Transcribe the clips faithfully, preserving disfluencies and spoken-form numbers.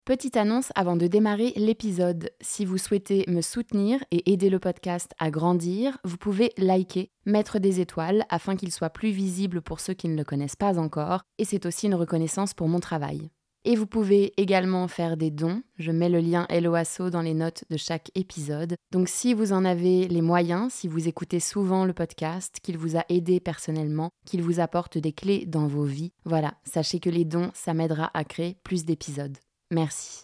Petite annonce avant de démarrer l'épisode. Si vous souhaitez me soutenir et aider le podcast à grandir, vous pouvez liker, mettre des étoiles afin qu'il soit plus visible pour ceux qui ne le connaissent pas encore, et c'est aussi une reconnaissance pour mon travail. Et vous pouvez également faire des dons, je mets le lien Hello Asso dans les notes de chaque épisode. Donc si vous en avez les moyens, si vous écoutez souvent le podcast, qu'il vous a aidé personnellement, qu'il vous apporte des clés dans vos vies, voilà, sachez que les dons, ça m'aidera à créer plus d'épisodes. Merci.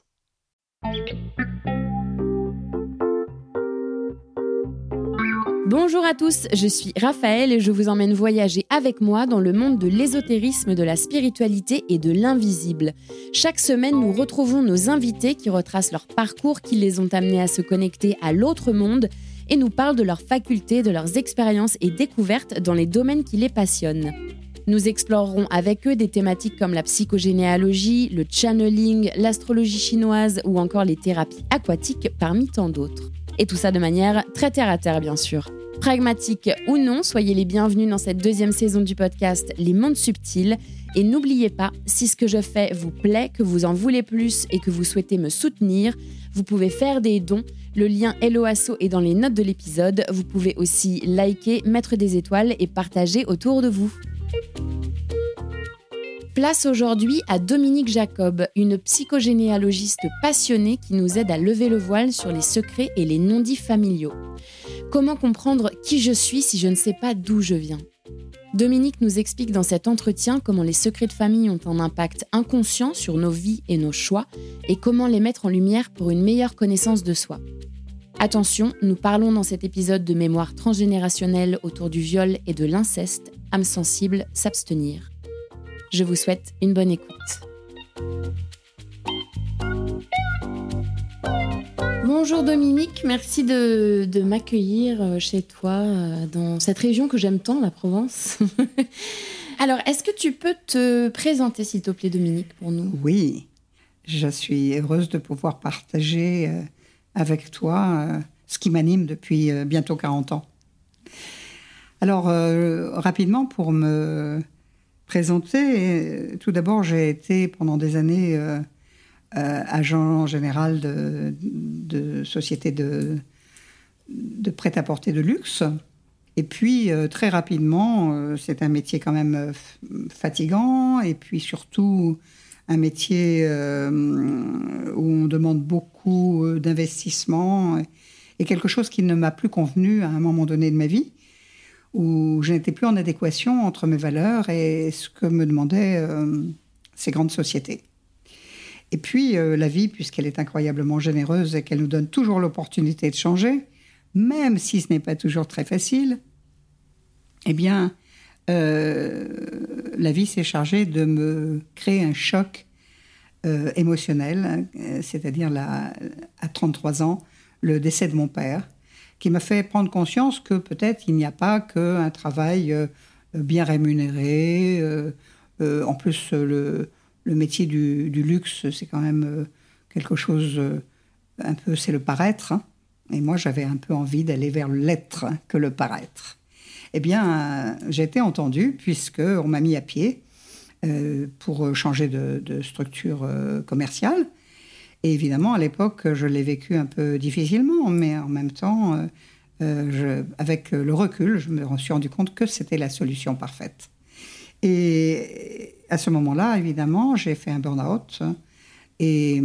Bonjour à tous, je suis Raphaël et je vous emmène voyager avec moi dans le monde de l'ésotérisme, de la spiritualité et de l'invisible. Chaque semaine, nous retrouvons nos invités qui retracent leur parcours, qui les ont amenés à se connecter à l'autre monde et nous parlent de leurs facultés, de leurs expériences et découvertes dans les domaines qui les passionnent. Nous explorerons avec eux des thématiques comme la psychogénéalogie, le channeling, l'astrologie chinoise ou encore les thérapies aquatiques parmi tant d'autres. Et tout ça de manière très terre-à-terre bien sûr. Pragmatique ou non, soyez les bienvenus dans cette deuxième saison du podcast Les Mondes Subtils. Et n'oubliez pas, si ce que je fais vous plaît, que vous en voulez plus et que vous souhaitez me soutenir, vous pouvez faire des dons. Le lien Hello Asso est dans les notes de l'épisode. Vous pouvez aussi liker, mettre des étoiles et partager autour de vous. Place aujourd'hui à Dominique Jacob, une psychogénéalogiste passionnée qui nous aide à lever le voile sur les secrets et les non-dits familiaux. Comment comprendre qui je suis si je ne sais pas d'où je viens ? Dominique nous explique dans cet entretien comment les secrets de famille ont un impact inconscient sur nos vies et nos choix et comment les mettre en lumière pour une meilleure connaissance de soi. Attention, nous parlons dans cet épisode de mémoire transgénérationnelle autour du viol et de l'inceste, âme sensible, s'abstenir. Je vous souhaite une bonne écoute. Bonjour Dominique, merci de, de m'accueillir chez toi dans cette région que j'aime tant, la Provence. Alors, est-ce que tu peux te présenter s'il te plaît Dominique pour nous ? Oui, je suis heureuse de pouvoir partager avec toi ce qui m'anime depuis bientôt quarante ans. Alors, euh, rapidement pour me présenter, tout d'abord j'ai été pendant des années euh, euh, agent général de, de société de, de prêt-à-porter de luxe. Et puis euh, très rapidement, euh, c'est un métier quand même euh, fatigant et puis surtout un métier euh, où on demande beaucoup d'investissement et quelque chose qui ne m'a plus convenu à un moment donné de ma vie, où je n'étais plus en adéquation entre mes valeurs et ce que me demandaient euh, ces grandes sociétés. Et puis, euh, la vie, puisqu'elle est incroyablement généreuse et qu'elle nous donne toujours l'opportunité de changer, même si ce n'est pas toujours très facile, eh bien, euh, la vie s'est chargée de me créer un choc euh, émotionnel, euh, c'est-à-dire la, à trente-trois ans, le décès de mon père, qui m'a fait prendre conscience que peut-être il n'y a pas qu'un travail euh, bien rémunéré. Euh, euh, en plus, le, le métier du, du luxe, c'est quand même euh, quelque chose, euh, un peu, c'est le paraître. Hein. Et moi, j'avais un peu envie d'aller vers l'être hein, que le paraître. Eh bien, euh, j'ai été entendue puisqu'on m'a mis à pied euh, pour changer de, de structure euh, commerciale. Et évidemment, à l'époque, je l'ai vécu un peu difficilement, mais en même temps, euh, euh, je, avec le recul, je me suis rendu compte que c'était la solution parfaite. Et à ce moment-là, évidemment, j'ai fait un burn-out. Et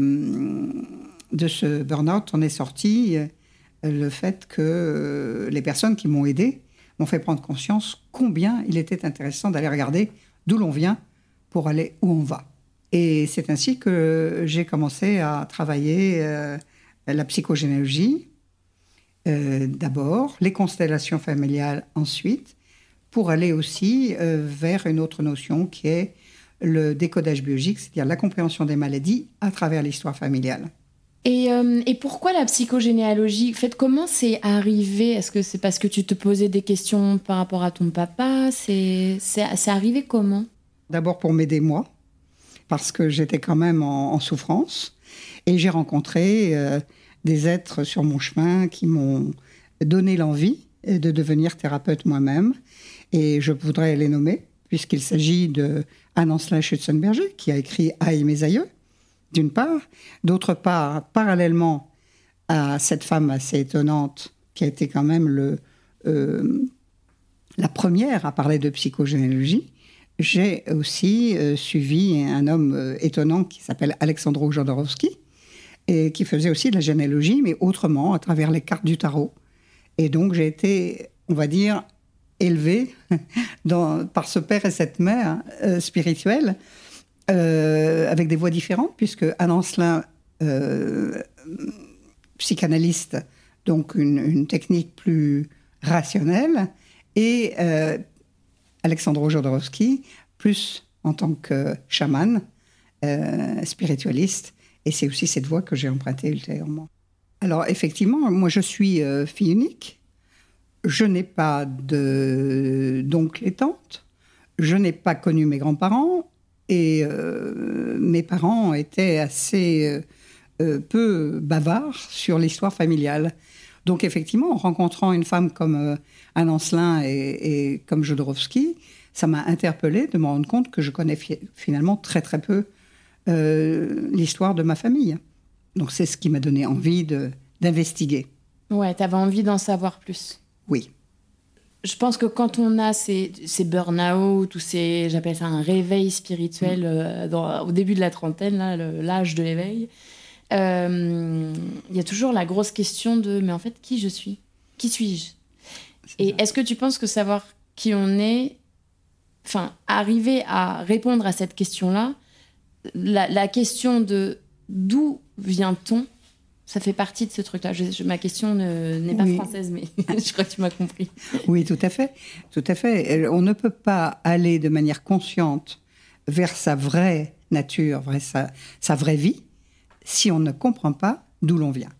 de ce burn-out, on est sorti euh, le fait que euh, les personnes qui m'ont aidé m'ont fait prendre conscience combien il était intéressant d'aller regarder d'où l'on vient pour aller où on va. Et c'est ainsi que j'ai commencé à travailler euh, la psychogénéalogie, euh, d'abord, les constellations familiales ensuite, pour aller aussi euh, vers une autre notion qui est le décodage biologique, c'est-à-dire la compréhension des maladies à travers l'histoire familiale. Et, euh, et pourquoi la psychogénéalogie ? En fait, comment c'est arrivé ? Est-ce que c'est parce que tu te posais des questions par rapport à ton papa ? C'est, c'est, c'est arrivé comment ? D'abord pour m'aider moi, parce que j'étais quand même en, en souffrance. Et j'ai rencontré euh, des êtres sur mon chemin qui m'ont donné l'envie de devenir thérapeute moi-même. Et je voudrais les nommer, puisqu'il s'agit de Anne Ancelin Schutzenberger, qui a écrit « Aïe, mes aïeux », d'une part. D'autre part, parallèlement à cette femme assez étonnante, qui a été quand même le, euh, la première à parler de psychogénéalogie, j'ai aussi euh, suivi un homme euh, étonnant qui s'appelle Alexandro Jodorowsky, et qui faisait aussi de la généalogie, mais autrement, à travers les cartes du tarot. Et donc, j'ai été, on va dire, élevée dans, par ce père et cette mère euh, spirituelle, euh, avec des voix différentes, puisque Anne Ancelin, euh, psychanalyste, donc une, une technique plus rationnelle, et euh, Alexandro Jodorowsky, plus en tant que chaman, euh, spiritualiste, et c'est aussi cette voie que j'ai empruntée ultérieurement. Alors, effectivement, moi, je suis euh, fille unique. Je n'ai pas de d'oncle et tante. Je n'ai pas connu mes grands-parents. Et euh, mes parents étaient assez euh, peu bavards sur l'histoire familiale. Donc, effectivement, en rencontrant une femme comme euh, Anne Ancelin et, et comme Jodorowsky, ça m'a interpellée de me rendre compte que je connais fi- finalement très, très peu Euh, l'histoire de ma famille. Donc c'est ce qui m'a donné envie de, d'investiguer. Ouais, t'avais envie d'en savoir plus. Oui. Je pense que quand on a ces, ces burn-out ou ces, j'appelle ça un réveil spirituel mmh. euh, dans, au début de la trentaine, là, le, l'âge de l'éveil, il euh, y a toujours la grosse question de mais en fait qui je suis ? Qui suis-je ? C'est Et ça. Est-ce que tu penses que savoir qui on est, enfin arriver à répondre à cette question-là, La, la question de d'où vient-on, ça fait partie de ce truc-là. Je, je, ma question ne, n'est pas oui. française, mais je crois que tu m'as compris. Oui, tout à fait. Tout à fait. On ne peut pas aller de manière consciente vers sa vraie nature, vraie, sa, sa vraie vie, si on ne comprend pas d'où l'on vient.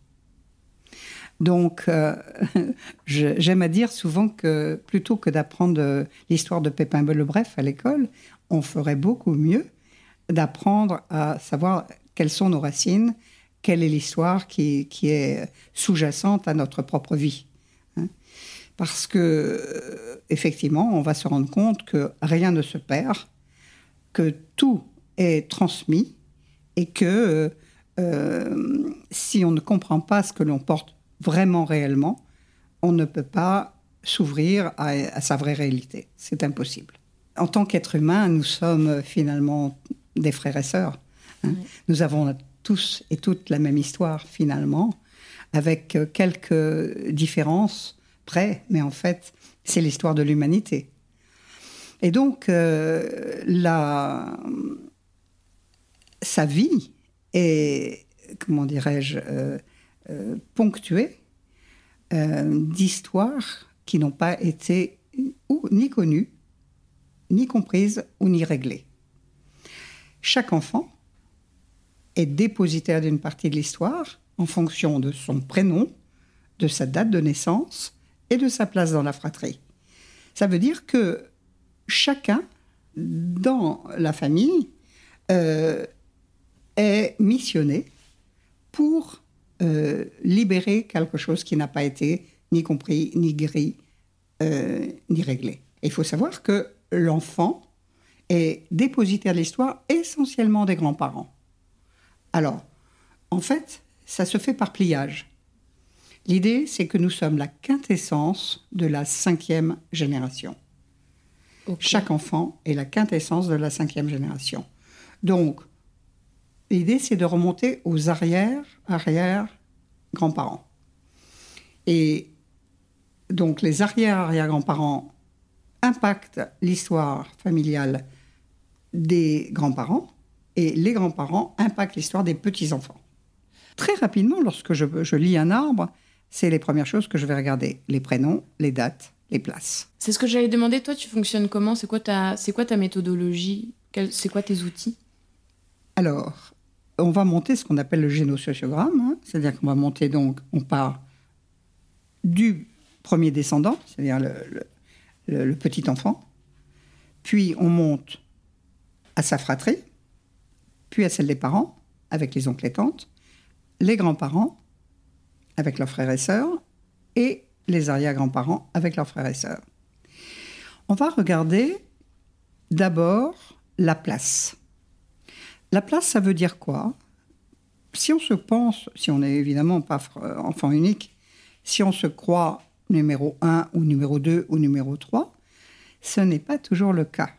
Donc, euh, je, j'aime à dire souvent que plutôt que d'apprendre l'histoire de Pépin le Bref à l'école, on ferait beaucoup mieux d'apprendre à savoir quelles sont nos racines, quelle est l'histoire qui, qui est sous-jacente à notre propre vie. Hein. Parce que, euh, effectivement, on va se rendre compte que rien ne se perd, que tout est transmis et que euh, si on ne comprend pas ce que l'on porte vraiment réellement, on ne peut pas s'ouvrir à, à sa vraie réalité. C'est impossible. En tant qu'être humain, nous sommes finalement des frères et sœurs. Hein. Oui. Nous avons tous et toutes la même histoire, finalement, avec quelques différences près, mais en fait, c'est l'histoire de l'humanité. Et donc, euh, la... sa vie est, comment dirais-je, euh, euh, ponctuée euh, d'histoires qui n'ont pas été ou, ni connues, ni comprises ou ni réglées. Chaque enfant est dépositaire d'une partie de l'histoire en fonction de son prénom, de sa date de naissance et de sa place dans la fratrie. Ça veut dire que chacun, dans la famille, euh, est missionné pour euh, libérer quelque chose qui n'a pas été ni compris, ni gris, euh, ni réglé. Et il faut savoir que l'enfant est dépositaire de l'histoire essentiellement des grands-parents. Alors, en fait, ça se fait par pliage. L'idée, c'est que nous sommes la quintessence de la cinquième génération. Okay. Chaque enfant est la quintessence de la cinquième génération. Donc, l'idée, c'est de remonter aux arrière, arrière grands-parents. Et donc, les arrière, arrière grands-parents impactent l'histoire familiale des grands-parents et les grands-parents impactent l'histoire des petits-enfants. Très rapidement, lorsque je, je lis un arbre, c'est les premières choses que je vais regarder. Les prénoms, les dates, les places. C'est ce que j'allais demander. Toi, tu fonctionnes comment ? C'est quoi ta, c'est quoi ta méthodologie ? Quel, c'est quoi tes outils ? Alors, on va monter ce qu'on appelle le génosociogramme. Hein, c'est-à-dire qu'on va monter, donc, on part du premier descendant, c'est-à-dire le, le, le, le petit enfant. Puis, on monte à sa fratrie, puis à celle des parents, avec les oncles et tantes, les grands-parents, avec leurs frères et sœurs, et les arrière-grands-parents, avec leurs frères et sœurs. On va regarder d'abord la place. La place, ça veut dire quoi ? si on se pense, si on n'est évidemment pas enfant unique, si on se croit numéro un ou numéro deux ou numéro trois, ce n'est pas toujours le cas.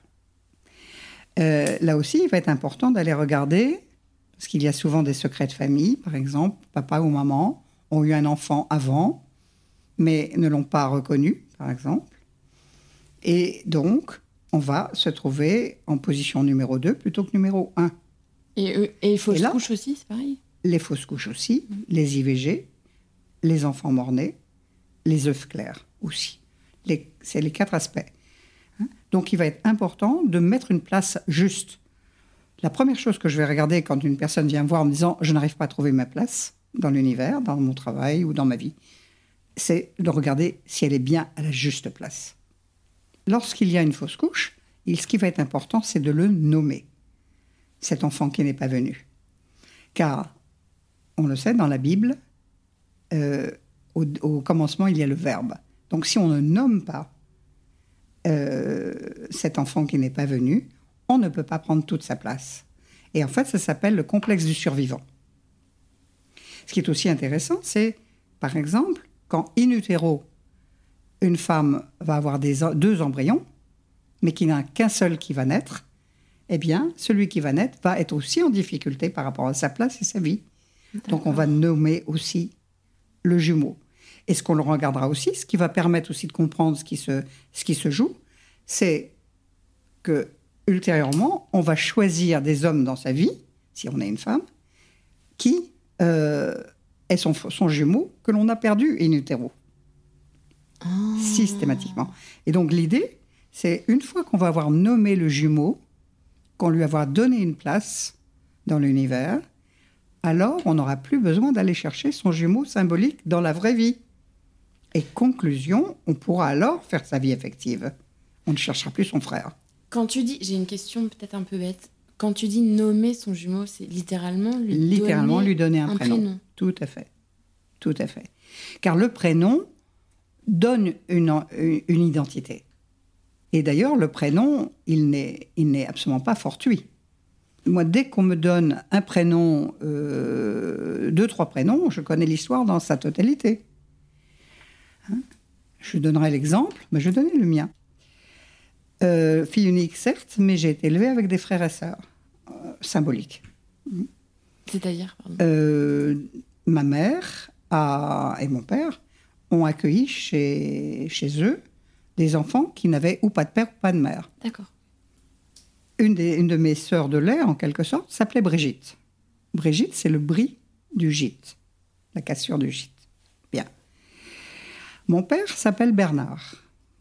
Euh, là aussi, il va être important d'aller regarder, parce qu'il y a souvent des secrets de famille, par exemple, papa ou maman ont eu un enfant avant, mais ne l'ont pas reconnu, par exemple. Et donc, on va se trouver en position numéro deux plutôt que numéro un. Et, euh, et les fausses et là, couches aussi, c'est pareil? Les fausses couches aussi, mmh. les I V G, les enfants mort-nés, les œufs clairs aussi. Les, c'est les quatre aspects. Hein? Donc, il va être important de mettre une place juste. La première chose que je vais regarder quand une personne vient me voir en me disant « je n'arrive pas à trouver ma place dans l'univers, dans mon travail ou dans ma vie », c'est de regarder si elle est bien à la juste place. Lorsqu'il y a une fausse couche, ce qui va être important, c'est de le nommer, cet enfant qui n'est pas venu. Car, on le sait, dans la Bible, euh, au, au commencement, il y a le verbe. Donc, si on ne nomme pas euh, cet enfant qui n'est pas venu, on ne peut pas prendre toute sa place. Et en fait, ça s'appelle le complexe du survivant. Ce qui est aussi intéressant, c'est, par exemple, quand in utero, une femme va avoir des, deux embryons, mais qu'il n'y en a qu'un seul qui va naître, eh bien, celui qui va naître va être aussi en difficulté par rapport à sa place et sa vie. D'accord. Donc, on va nommer aussi le jumeau. Et ce qu'on le regardera aussi, ce qui va permettre aussi de comprendre ce qui se, ce qui se joue, c'est que, ultérieurement, on va choisir des hommes dans sa vie, si on est une femme, qui euh, est son, son jumeau que l'on a perdu in utero. Oh. Systématiquement. Et donc, l'idée, c'est une fois qu'on va avoir nommé le jumeau, qu'on lui avoir donné une place dans l'univers, alors on n'aura plus besoin d'aller chercher son jumeau symbolique dans la vraie vie. Et conclusion, on pourra alors faire sa vie effective. On ne cherchera plus son frère. Quand tu dis, j'ai une question peut-être un peu bête, quand tu dis nommer son jumeau, c'est littéralement lui littéralement donner lui donner un, un prénom. prénom. Tout à fait. Tout à fait. Car le prénom donne une, une identité. Et d'ailleurs, le prénom, il n'est, il n'est absolument pas fortuit. Moi, dès qu'on me donne un prénom, euh, deux, trois prénoms, je connais l'histoire dans sa totalité. Hein? Je donnerai l'exemple, mais je vais donner le mien. Euh, fille unique, certes, mais j'ai été élevée avec des frères et sœurs, euh, symboliques. C'est-à-dire pardon. Euh, ma mère a, et mon père ont accueilli chez, chez eux des enfants qui n'avaient ou pas de père ou pas de mère. D'accord. Une, des, une de mes sœurs de lait, en quelque sorte, s'appelait Brigitte. Brigitte, c'est le bris du gîte, la cassure du gîte. Bien. Mon père s'appelle Bernard.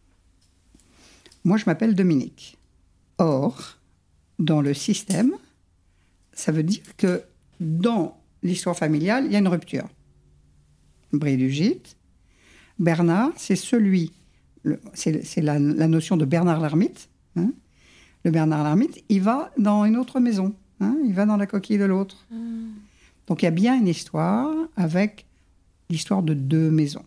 Moi, je m'appelle Dominique. Or, dans le système, ça veut dire que dans l'histoire familiale, il y a une rupture. Bris du gîte. Bernard, c'est celui... Le, c'est, c'est la, la notion de Bernard l'ermite. Hein. Le Bernard l'ermite, il va dans une autre maison. Hein, il va dans la coquille de l'autre. Mmh. Donc, il y a bien une histoire avec l'histoire de deux maisons.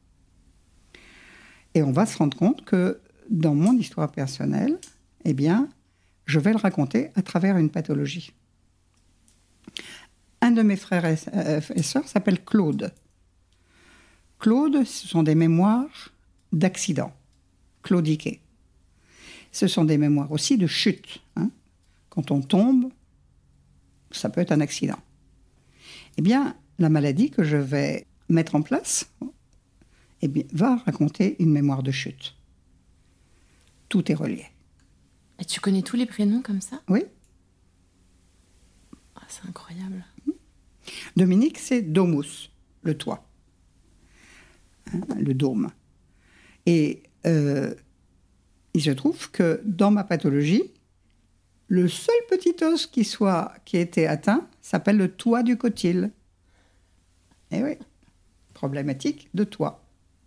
Et on va se rendre compte que dans mon histoire personnelle, eh bien, je vais le raconter à travers une pathologie. Un de mes frères et, euh, et sœurs s'appelle Claude. Claude, ce sont des mémoires d'accidents, claudiqués. Ce sont des mémoires aussi de chute. Hein. Quand on tombe, ça peut être un accident. Eh bien, la maladie que je vais mettre en place eh bien, va raconter une mémoire de chute. Tout est relié. Et tu connais tous les prénoms comme ça ? Oui. Ah, c'est incroyable. Dominique, c'est domus, le toit. Hein, le dôme. Et euh, il se trouve que dans ma pathologie, le seul petit os qui, soit, qui a été atteint s'appelle le toit du cotyle. Eh oui, problématique de toit.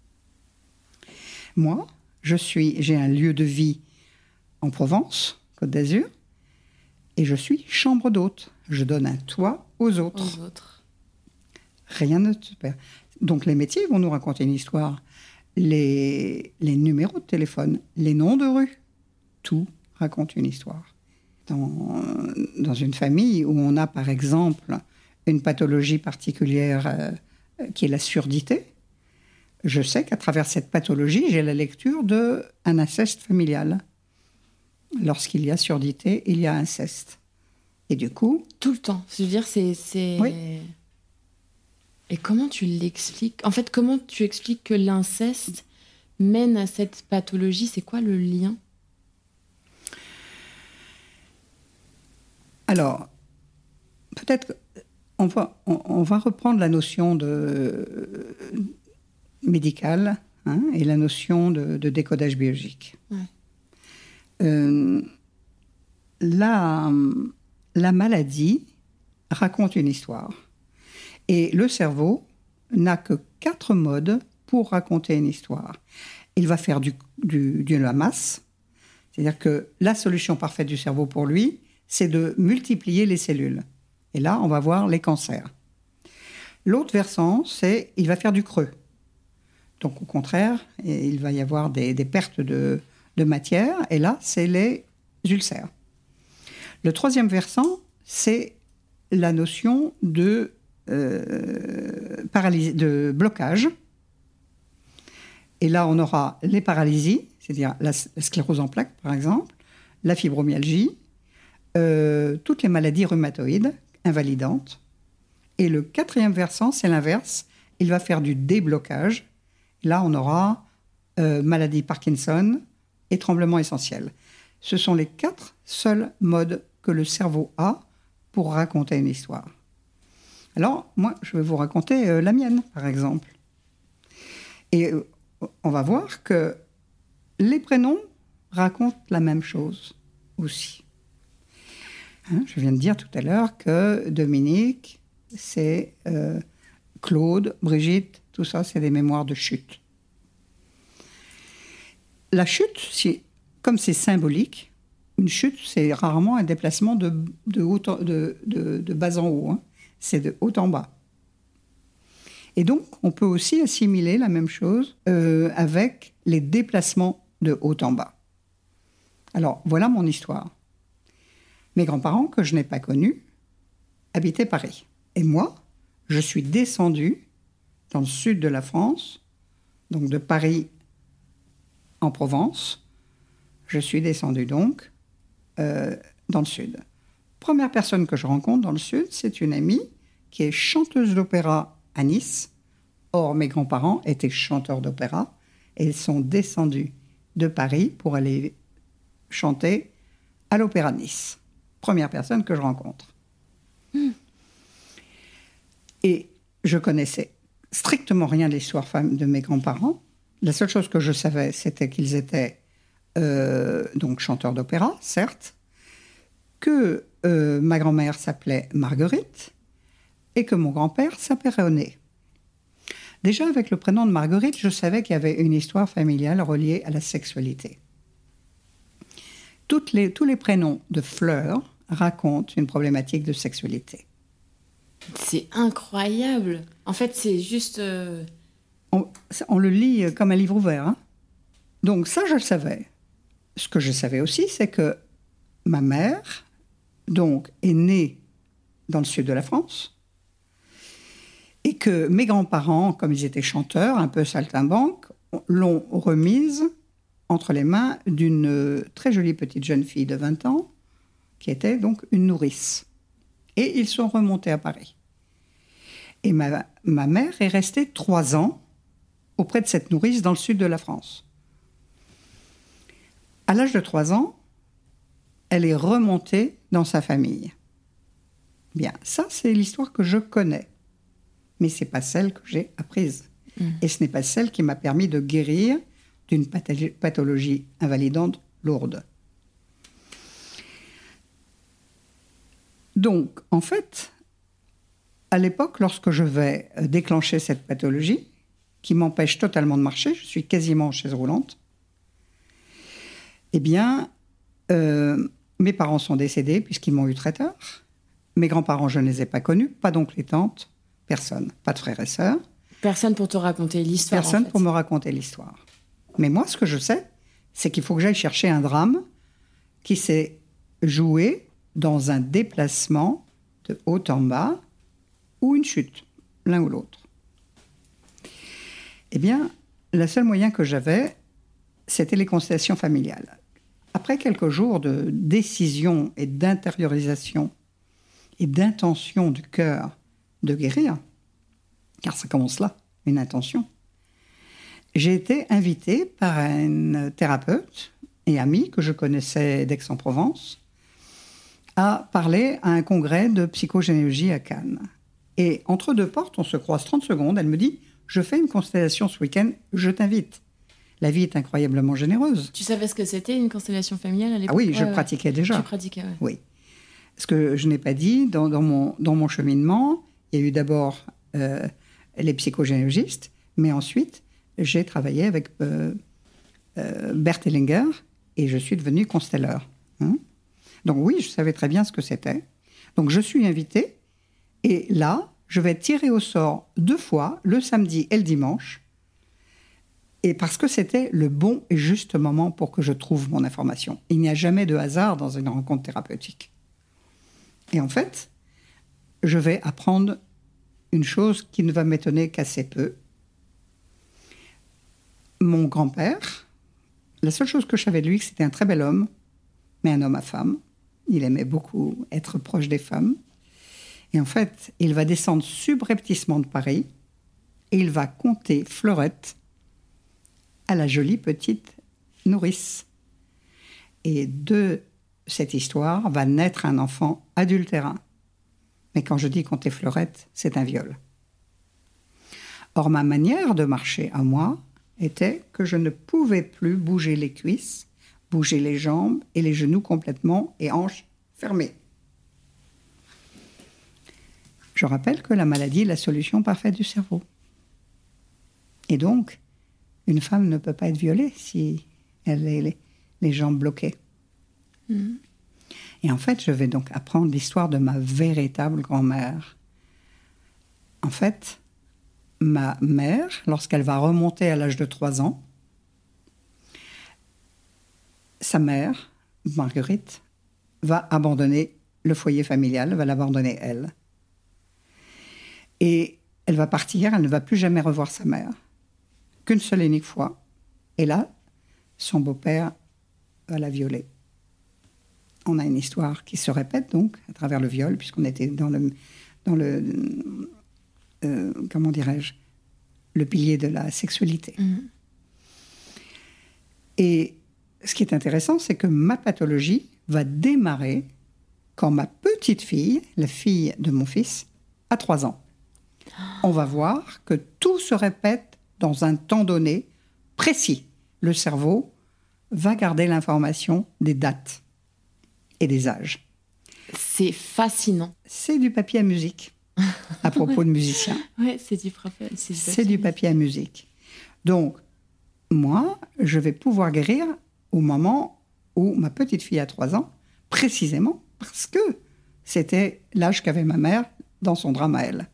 Moi, je suis, j'ai un lieu de vie en Provence, Côte d'Azur, et je suis chambre d'hôte. Je donne un toit aux autres. Aux autres. Rien ne se perd. Donc les métiers vont nous raconter une histoire. Les, les numéros de téléphone, les noms de rue, tout raconte une histoire. Dans, dans une famille où on a par exemple une pathologie particulière euh, qui est la surdité, je sais qu'à travers cette pathologie, j'ai la lecture d'un inceste familial. Lorsqu'il y a surdité, il y a inceste. Et du coup... Tout le temps. Je veux dire, c'est... c'est... Oui. Et comment tu l'expliques ? En fait, comment tu expliques que l'inceste mène à cette pathologie ? C'est quoi le lien ? Alors, peut-être on va, on, on va reprendre la notion de, euh, médicale hein, et la notion de, de décodage biologique. Ouais. Euh, la, la maladie raconte une histoire. Et le cerveau n'a que quatre modes pour raconter une histoire. Il va faire du, du, de la masse, c'est-à-dire que la solution parfaite du cerveau pour lui, c'est de multiplier les cellules. Et là, on va voir les cancers. L'autre versant, c'est il va faire du creux. Donc, au contraire, il va y avoir des, des pertes de, de matière. Et là, c'est les ulcères. Le troisième versant, c'est la notion de, euh, paralysie, de blocage. Et là, on aura les paralysies, c'est-à-dire la, la sclérose en plaques, par exemple, la fibromyalgie, euh, toutes les maladies rhumatoïdes invalidantes. Et le quatrième versant, c'est l'inverse. Il va faire du déblocage. Là, on aura euh, maladie Parkinson et tremblement essentiel. Ce sont les quatre seuls modes que le cerveau a pour raconter une histoire. Alors, moi, je vais vous raconter euh, la mienne, par exemple. Et euh, on va voir que les prénoms racontent la même chose aussi. Hein, je viens de dire tout à l'heure que Dominique, c'est euh, Claude, Brigitte, tout ça, c'est des mémoires de chute. La chute, c'est, comme c'est symbolique, une chute, c'est rarement un déplacement de, de, haut en, de, de, de bas en haut, hein. C'est de haut en bas. Et donc, on peut aussi assimiler la même chose euh, avec les déplacements de haut en bas. Alors, voilà mon histoire. Mes grands-parents, que je n'ai pas connus, habitaient Paris. Et moi, je suis descendue dans le sud de la France, donc de Paris en Provence. Je suis descendue donc euh, dans le sud. Première personne que je rencontre dans le sud, c'est une amie qui est chanteuse d'opéra à Nice. Or, mes grands-parents étaient chanteurs d'opéra et ils sont descendus de Paris pour aller chanter à l'Opéra de Nice. Première personne que je rencontre. Mmh. Et je connaissais strictement rien de l'histoire de mes grands-parents. La seule chose que je savais, c'était qu'ils étaient euh, donc chanteurs d'opéra, certes, que euh, ma grand-mère s'appelait Marguerite et que mon grand-père s'appelait René. Déjà, avec le prénom de Marguerite, je savais qu'il y avait une histoire familiale reliée à la sexualité. Toutes les, tous les prénoms de fleurs racontent une problématique de sexualité. C'est incroyable. En fait, c'est juste... Euh... On, on le lit comme un livre ouvert. Hein. Donc ça, je le savais. Ce que je savais aussi, c'est que ma mère donc, est née dans le sud de la France et que mes grands-parents, comme ils étaient chanteurs, un peu saltimbanques, l'ont remise entre les mains d'une très jolie petite jeune fille de vingt ans qui était donc une nourrice. Et ils sont remontés à Paris. Et ma, ma mère est restée trois ans auprès de cette nourrice dans le sud de la France. À l'âge de trois ans, elle est remontée dans sa famille. Bien, ça, c'est l'histoire que je connais. Mais ce n'est pas celle que j'ai apprise. Mmh. Et ce n'est pas celle qui m'a permis de guérir d'une pathologie invalidante lourde. Donc, en fait, à l'époque, lorsque je vais déclencher cette pathologie, qui m'empêche totalement de marcher, je suis quasiment en chaise roulante, eh bien, euh, mes parents sont décédés puisqu'ils m'ont eu très tard. Mes grands-parents, je ne les ai pas connus, pas d'oncles et tantes, personne, pas de frères et sœurs. Personne pour te raconter l'histoire. Personne en fait. pour me raconter l'histoire. Mais moi, ce que je sais, c'est qu'il faut que j'aille chercher un drame qui s'est joué dans un déplacement de haut en bas ou une chute, l'un ou l'autre. Eh bien, le seul moyen que j'avais, c'était les constellations familiales. Après quelques jours de décision et d'intériorisation et d'intention du cœur de guérir, car ça commence là, une intention, j'ai été invitée par une thérapeute et amie que je connaissais d'Aix-en-Provence à parler à un congrès de psychogénéalogie à Cannes. Et entre deux portes, on se croise trente secondes, elle me dit « Je fais une constellation ce week-end, je t'invite ». La vie est incroyablement généreuse. Tu savais ce que c'était une constellation familiale à l'époque? Ah oui, je ouais, pratiquais déjà. Tu pratiquais, ouais. Oui. Ce que je n'ai pas dit, dans, dans, mon, dans mon cheminement, il y a eu d'abord euh, les psychogénéalogistes, mais ensuite, j'ai travaillé avec euh, euh, Bert Hellinger et je suis devenue constelleur. Hein. Donc oui, je savais très bien ce que c'était. Donc je suis invitée et là, je vais tirer au sort deux fois, le samedi et le dimanche, et parce que c'était le bon et juste moment pour que je trouve mon information. Il n'y a jamais de hasard dans une rencontre thérapeutique. Et en fait, je vais apprendre une chose qui ne va m'étonner qu'assez peu. Mon grand-père, la seule chose que je savais de lui, c'est que c'était un très bel homme, mais un homme à femme. Il aimait beaucoup être proche des femmes. Et en fait, il va descendre subrepticement de Paris et il va compter Fleurette à la jolie petite nourrice. Et de cette histoire va naître un enfant adultérin. Mais quand je dis compter Fleurette, c'est un viol. Or, ma manière de marcher à moi était que je ne pouvais plus bouger les cuisses, bouger les jambes et les genoux complètement et hanches fermées. Je rappelle que la maladie est la solution parfaite du cerveau. Et donc, une femme ne peut pas être violée si elle a les, les jambes bloquées. Mmh. Et en fait, je vais donc apprendre l'histoire de ma véritable grand-mère. En fait, ma mère, lorsqu'elle va remonter à l'âge de trois ans, sa mère, Marguerite, va abandonner le foyer familial, va l'abandonner elle. Et elle va partir, elle ne va plus jamais revoir sa mère. Qu'une seule et unique fois. Et là, son beau-père va la violer. On a une histoire qui se répète donc à travers le viol, puisqu'on était dans le, dans le euh, comment dirais-je, le pilier de la sexualité. Mmh. Et ce qui est intéressant, c'est que ma pathologie va démarrer quand ma petite fille, la fille de mon fils, a trois ans. On va voir que tout se répète dans un temps donné précis. Le cerveau va garder l'information des dates et des âges. C'est fascinant. C'est du papier à musique, à propos de musiciens. Oui, c'est du, prof... c'est du papier. C'est du papier à musique. Donc, moi, je vais pouvoir guérir au moment où ma petite fille a trois ans, précisément parce que c'était l'âge qu'avait ma mère dans son drame à elle.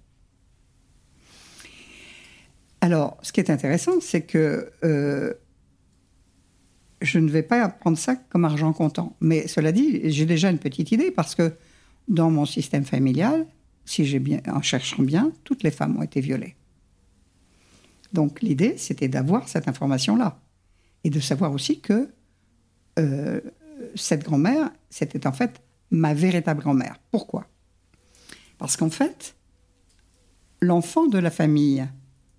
Alors, ce qui est intéressant, c'est que euh, je ne vais pas prendre ça comme argent comptant. Mais cela dit, j'ai déjà une petite idée parce que dans mon système familial, si j'ai bien, en cherchant bien, toutes les femmes ont été violées. Donc l'idée, c'était d'avoir cette information-là et de savoir aussi que euh, cette grand-mère, c'était en fait ma véritable grand-mère. Pourquoi ? Parce qu'en fait, l'enfant de la famille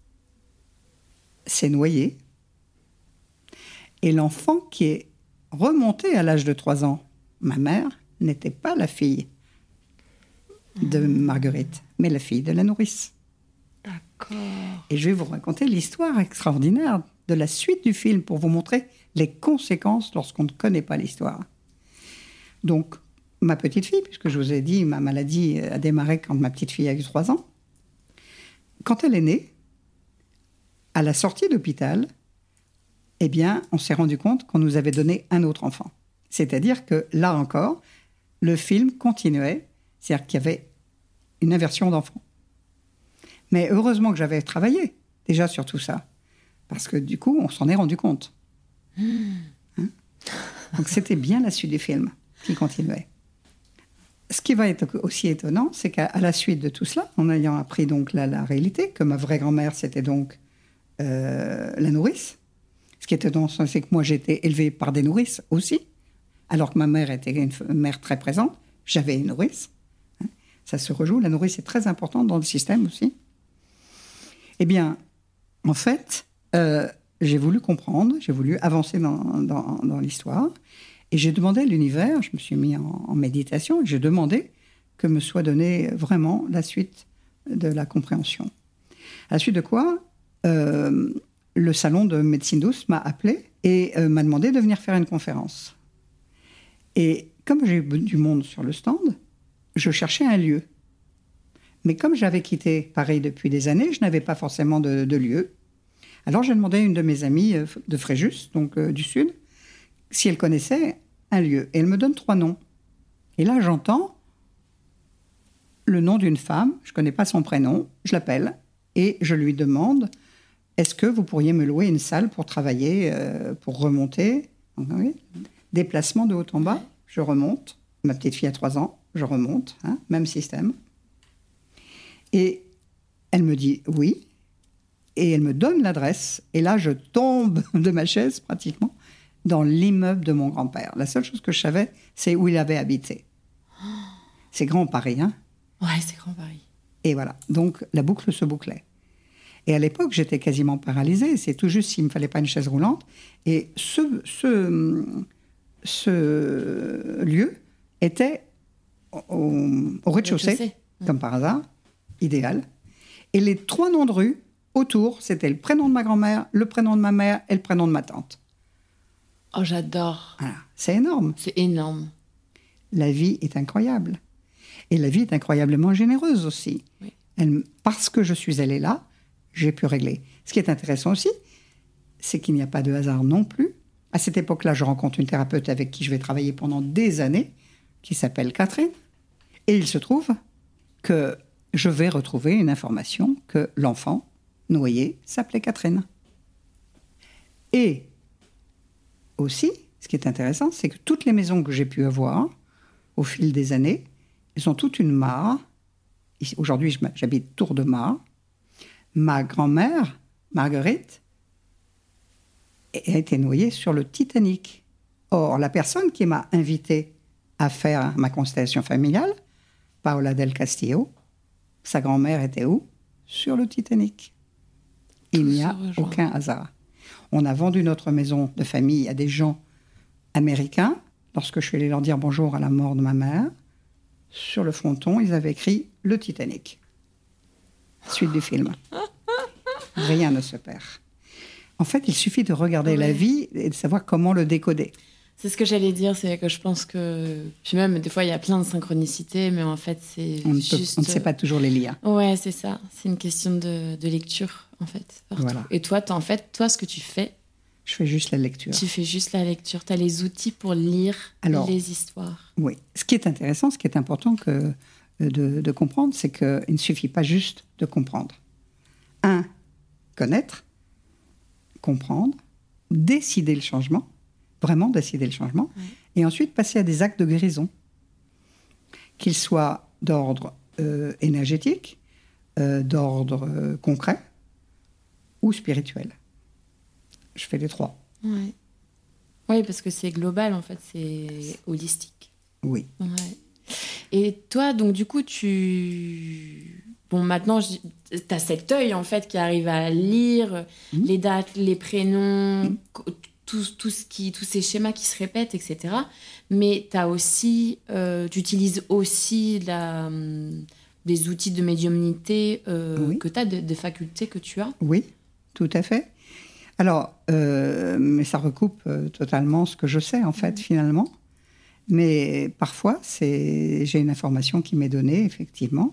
s'est noyé et l'enfant qui est remonté à l'âge de trois ans, ma mère, n'était pas la fille de Marguerite, mais la fille de la nourrice. D'accord. Et je vais vous raconter l'histoire extraordinaire de la suite du film pour vous montrer les conséquences lorsqu'on ne connaît pas l'histoire. Donc, ma petite fille, puisque je vous ai dit, ma maladie a démarré quand ma petite fille a eu trois ans. Quand elle est née, à la sortie d'hôpital, eh bien, on s'est rendu compte qu'on nous avait donné un autre enfant. C'est-à-dire que, là encore, le film continuait, c'est-à-dire qu'il y avait une inversion d'enfant. Mais heureusement que j'avais travaillé déjà sur tout ça, parce que du coup, on s'en est rendu compte. Hein ? Donc c'était bien la suite du film qui continuait. ce qui va être aussi étonnant, c'est qu'à la suite de tout cela, en ayant appris donc la, la réalité, que ma vraie grand-mère, c'était donc euh, la nourrice. Ce qui est étonnant, c'est que moi, j'ai été élevée par des nourrices aussi, alors que ma mère était une mère très présente. J'avais une nourrice. Hein. Ça se rejoue. La nourrice est très importante dans le système aussi. Eh bien, en fait, euh, j'ai voulu comprendre, j'ai voulu avancer dans, dans, dans l'histoire. Et j'ai demandé à l'univers, je me suis mis en, en méditation, et j'ai demandé que me soit donnée vraiment la suite de la compréhension. À la suite de quoi, euh, le salon de médecine douce m'a appelé et euh, m'a demandé de venir faire une conférence. Et comme j'ai eu du monde sur le stand, je cherchais un lieu. Mais comme j'avais quitté Paris depuis des années, je n'avais pas forcément de, de lieu. Alors j'ai demandé à une de mes amies de Fréjus, donc euh, du Sud, si elle connaissait un lieu. Et elle me donne trois noms. Et là, j'entends le nom d'une femme, je ne connais pas son prénom, je l'appelle et je lui demande, est-ce que vous pourriez me louer une salle pour travailler, euh, pour remonter? Oui. Déplacement de haut en bas, je remonte. Ma petite fille a trois ans, je remonte, hein, même système. Et elle me dit oui, et elle me donne l'adresse. Et là, je tombe de ma chaise pratiquement dans l'immeuble de mon grand-père. La seule chose que je savais, c'est où il avait habité. C'est Grand Paris, hein? Ouais, c'est Grand Paris. Et voilà, donc la boucle se bouclait. Et à l'époque, j'étais quasiment paralysée. C'est tout juste s'il ne me fallait pas une chaise roulante. Et ce, ce, ce lieu était au, au rez-de-chaussée, rez-de-chaussée. Comme par hasard, idéal. Et les trois noms de rue autour, c'était le prénom de ma grand-mère, le prénom de ma mère et le prénom de ma tante. Oh, j'adore. Voilà. C'est énorme. C'est énorme. La vie est incroyable. Et la vie est incroyablement généreuse aussi. Oui. Elle, parce que je suis allée là, j'ai pu régler. Ce qui est intéressant aussi, c'est qu'il n'y a pas de hasard non plus. À cette époque-là, je rencontre une thérapeute avec qui je vais travailler pendant des années, qui s'appelle Catherine. Et il se trouve que je vais retrouver une information que l'enfant noyé s'appelait Catherine. Et aussi, ce qui est intéressant, c'est que toutes les maisons que j'ai pu avoir au fil des années, elles ont toutes une mare. Aujourd'hui, j'habite Tour de Mare. Ma grand-mère, Marguerite, a été noyée sur le Titanic. Or, la personne qui m'a invitée à faire ma constellation familiale, Paola del Castillo, sa grand-mère était où? Sur le Titanic. Il n'y a aucun hasard. On a vendu notre maison de famille à des gens américains. Lorsque je suis allée leur dire bonjour à la mort de ma mère, sur le fronton, ils avaient écrit « Le Titanic ». Suite du film. Rien ne se perd. En fait, il suffit de regarder ouais. la vie et de savoir comment le décoder. C'est ce que j'allais dire, c'est que je pense que... Puis même, des fois, il y a plein de synchronicités, mais en fait, c'est on juste... Peut, on ne sait pas toujours les liens. Ouais, c'est ça. C'est une question de, de lecture, en fait. Voilà. Et toi, en fait, toi, ce que tu fais... Je fais juste la lecture. Tu fais juste la lecture. Tu as les outils pour lire Alors, les histoires. Oui. Ce qui est intéressant, ce qui est important que, de, de comprendre, c'est qu'il ne suffit pas juste de comprendre. Un, connaître, comprendre, décider le changement, vraiment décider le changement, oui. Et ensuite passer à des actes de guérison, qu'ils soient d'ordre euh, énergétique, euh, d'ordre euh, concret ou spirituel. Je fais les trois. Oui, ouais, parce que c'est global, en fait, c'est holistique. Oui. Ouais. Et toi, donc, du coup, tu... Bon, maintenant, tu as cet œil, en fait, qui arrive à lire mmh. les dates, les prénoms, mmh. tout, tout ce qui, tous ces schémas qui se répètent, et cetera. Mais tu as aussi... Euh, tu utilises aussi la, des outils de médiumnité euh, oui. que tu as, des de facultés que tu as. Oui, tout à fait. Alors, euh, mais ça recoupe euh, totalement ce que je sais, en fait, mmh. finalement. Mais parfois, c'est... j'ai une information qui m'est donnée, effectivement,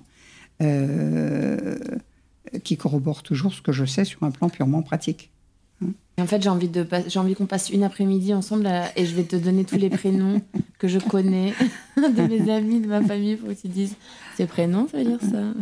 euh, qui corrobore toujours ce que je sais sur un plan purement pratique. Hein. Et en fait, j'ai envie, de, j'ai envie qu'on passe une après-midi ensemble à, et je vais te donner tous les prénoms que je connais de mes amis, de ma famille, pour que tu dises ces prénoms, ça veut dire ça.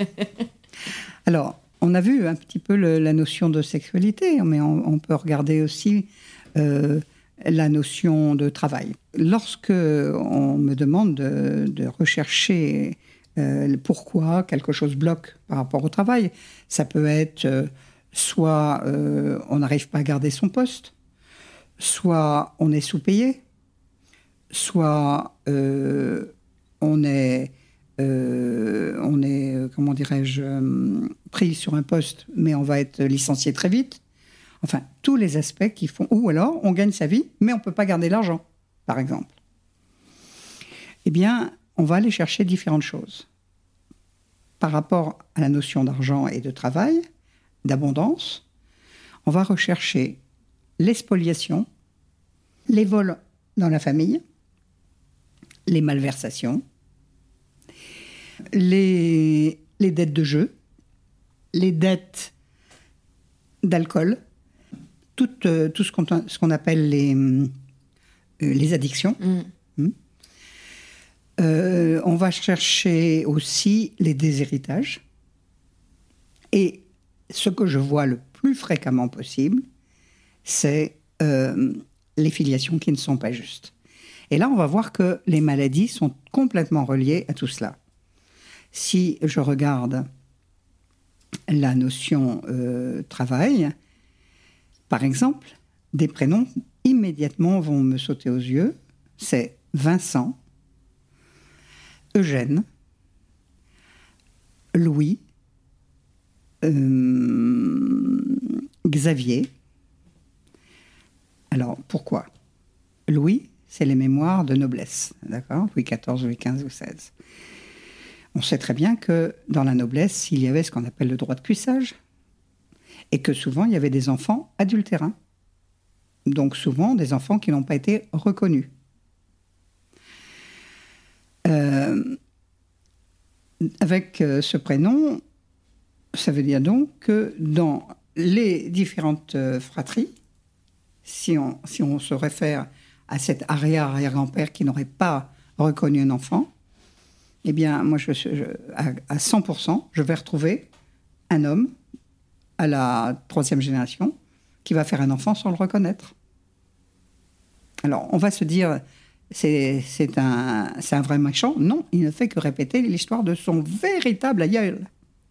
Alors, on a vu un petit peu le, la notion de sexualité, mais on, on peut regarder aussi euh, la notion de travail. lorsque on me demande de, de rechercher euh, pourquoi quelque chose bloque par rapport au travail, ça peut être euh, soit euh, on n'arrive pas à garder son poste, soit on est sous-payé, soit euh, on est, euh, on est, comment dirais-je, euh, pris sur un poste, mais on va être licencié très vite. Enfin, tous les aspects qui font... Ou alors, on gagne sa vie, mais on ne peut pas garder l'argent, par exemple. Eh bien, on va aller chercher différentes choses. Par rapport à la notion d'argent et de travail, d'abondance, on va rechercher les spoliations, les vols dans la famille, les malversations, les, les dettes de jeu, les dettes d'alcool, tout, euh, tout ce qu'on, ce qu'on appelle les, euh, les addictions. Mm. Mm. Euh, on va chercher aussi les déshéritages. Et ce que je vois le plus fréquemment possible, c'est euh, les filiations qui ne sont pas justes. Et là, on va voir que les maladies sont complètement reliées à tout cela. Si je regarde la notion euh, travail, par exemple, des prénoms immédiatement vont me sauter aux yeux. C'est Vincent, Eugène, Louis, euh, Xavier. Alors, pourquoi ? Louis, c'est les mémoires de noblesse, d'accord ? Louis quatorze, Louis quinze, Louis seize. On sait très bien que dans la noblesse, il y avait ce qu'on appelle le droit de cuissage, et que souvent, il y avait des enfants adultérins. Donc souvent, des enfants qui n'ont pas été reconnus. Euh, avec euh, ce prénom, ça veut dire donc que dans les différentes euh, fratries, si on, si on se réfère à cet arrière-arrière-grand-père qui n'aurait pas reconnu un enfant, eh bien, moi, je, je, à, à cent pour cent, je vais retrouver un homme à la troisième génération qui va faire un enfant sans le reconnaître. Alors, on va se dire, c'est, c'est, un, c'est un vrai méchant. Non, il ne fait que répéter l'histoire de son véritable aïeul.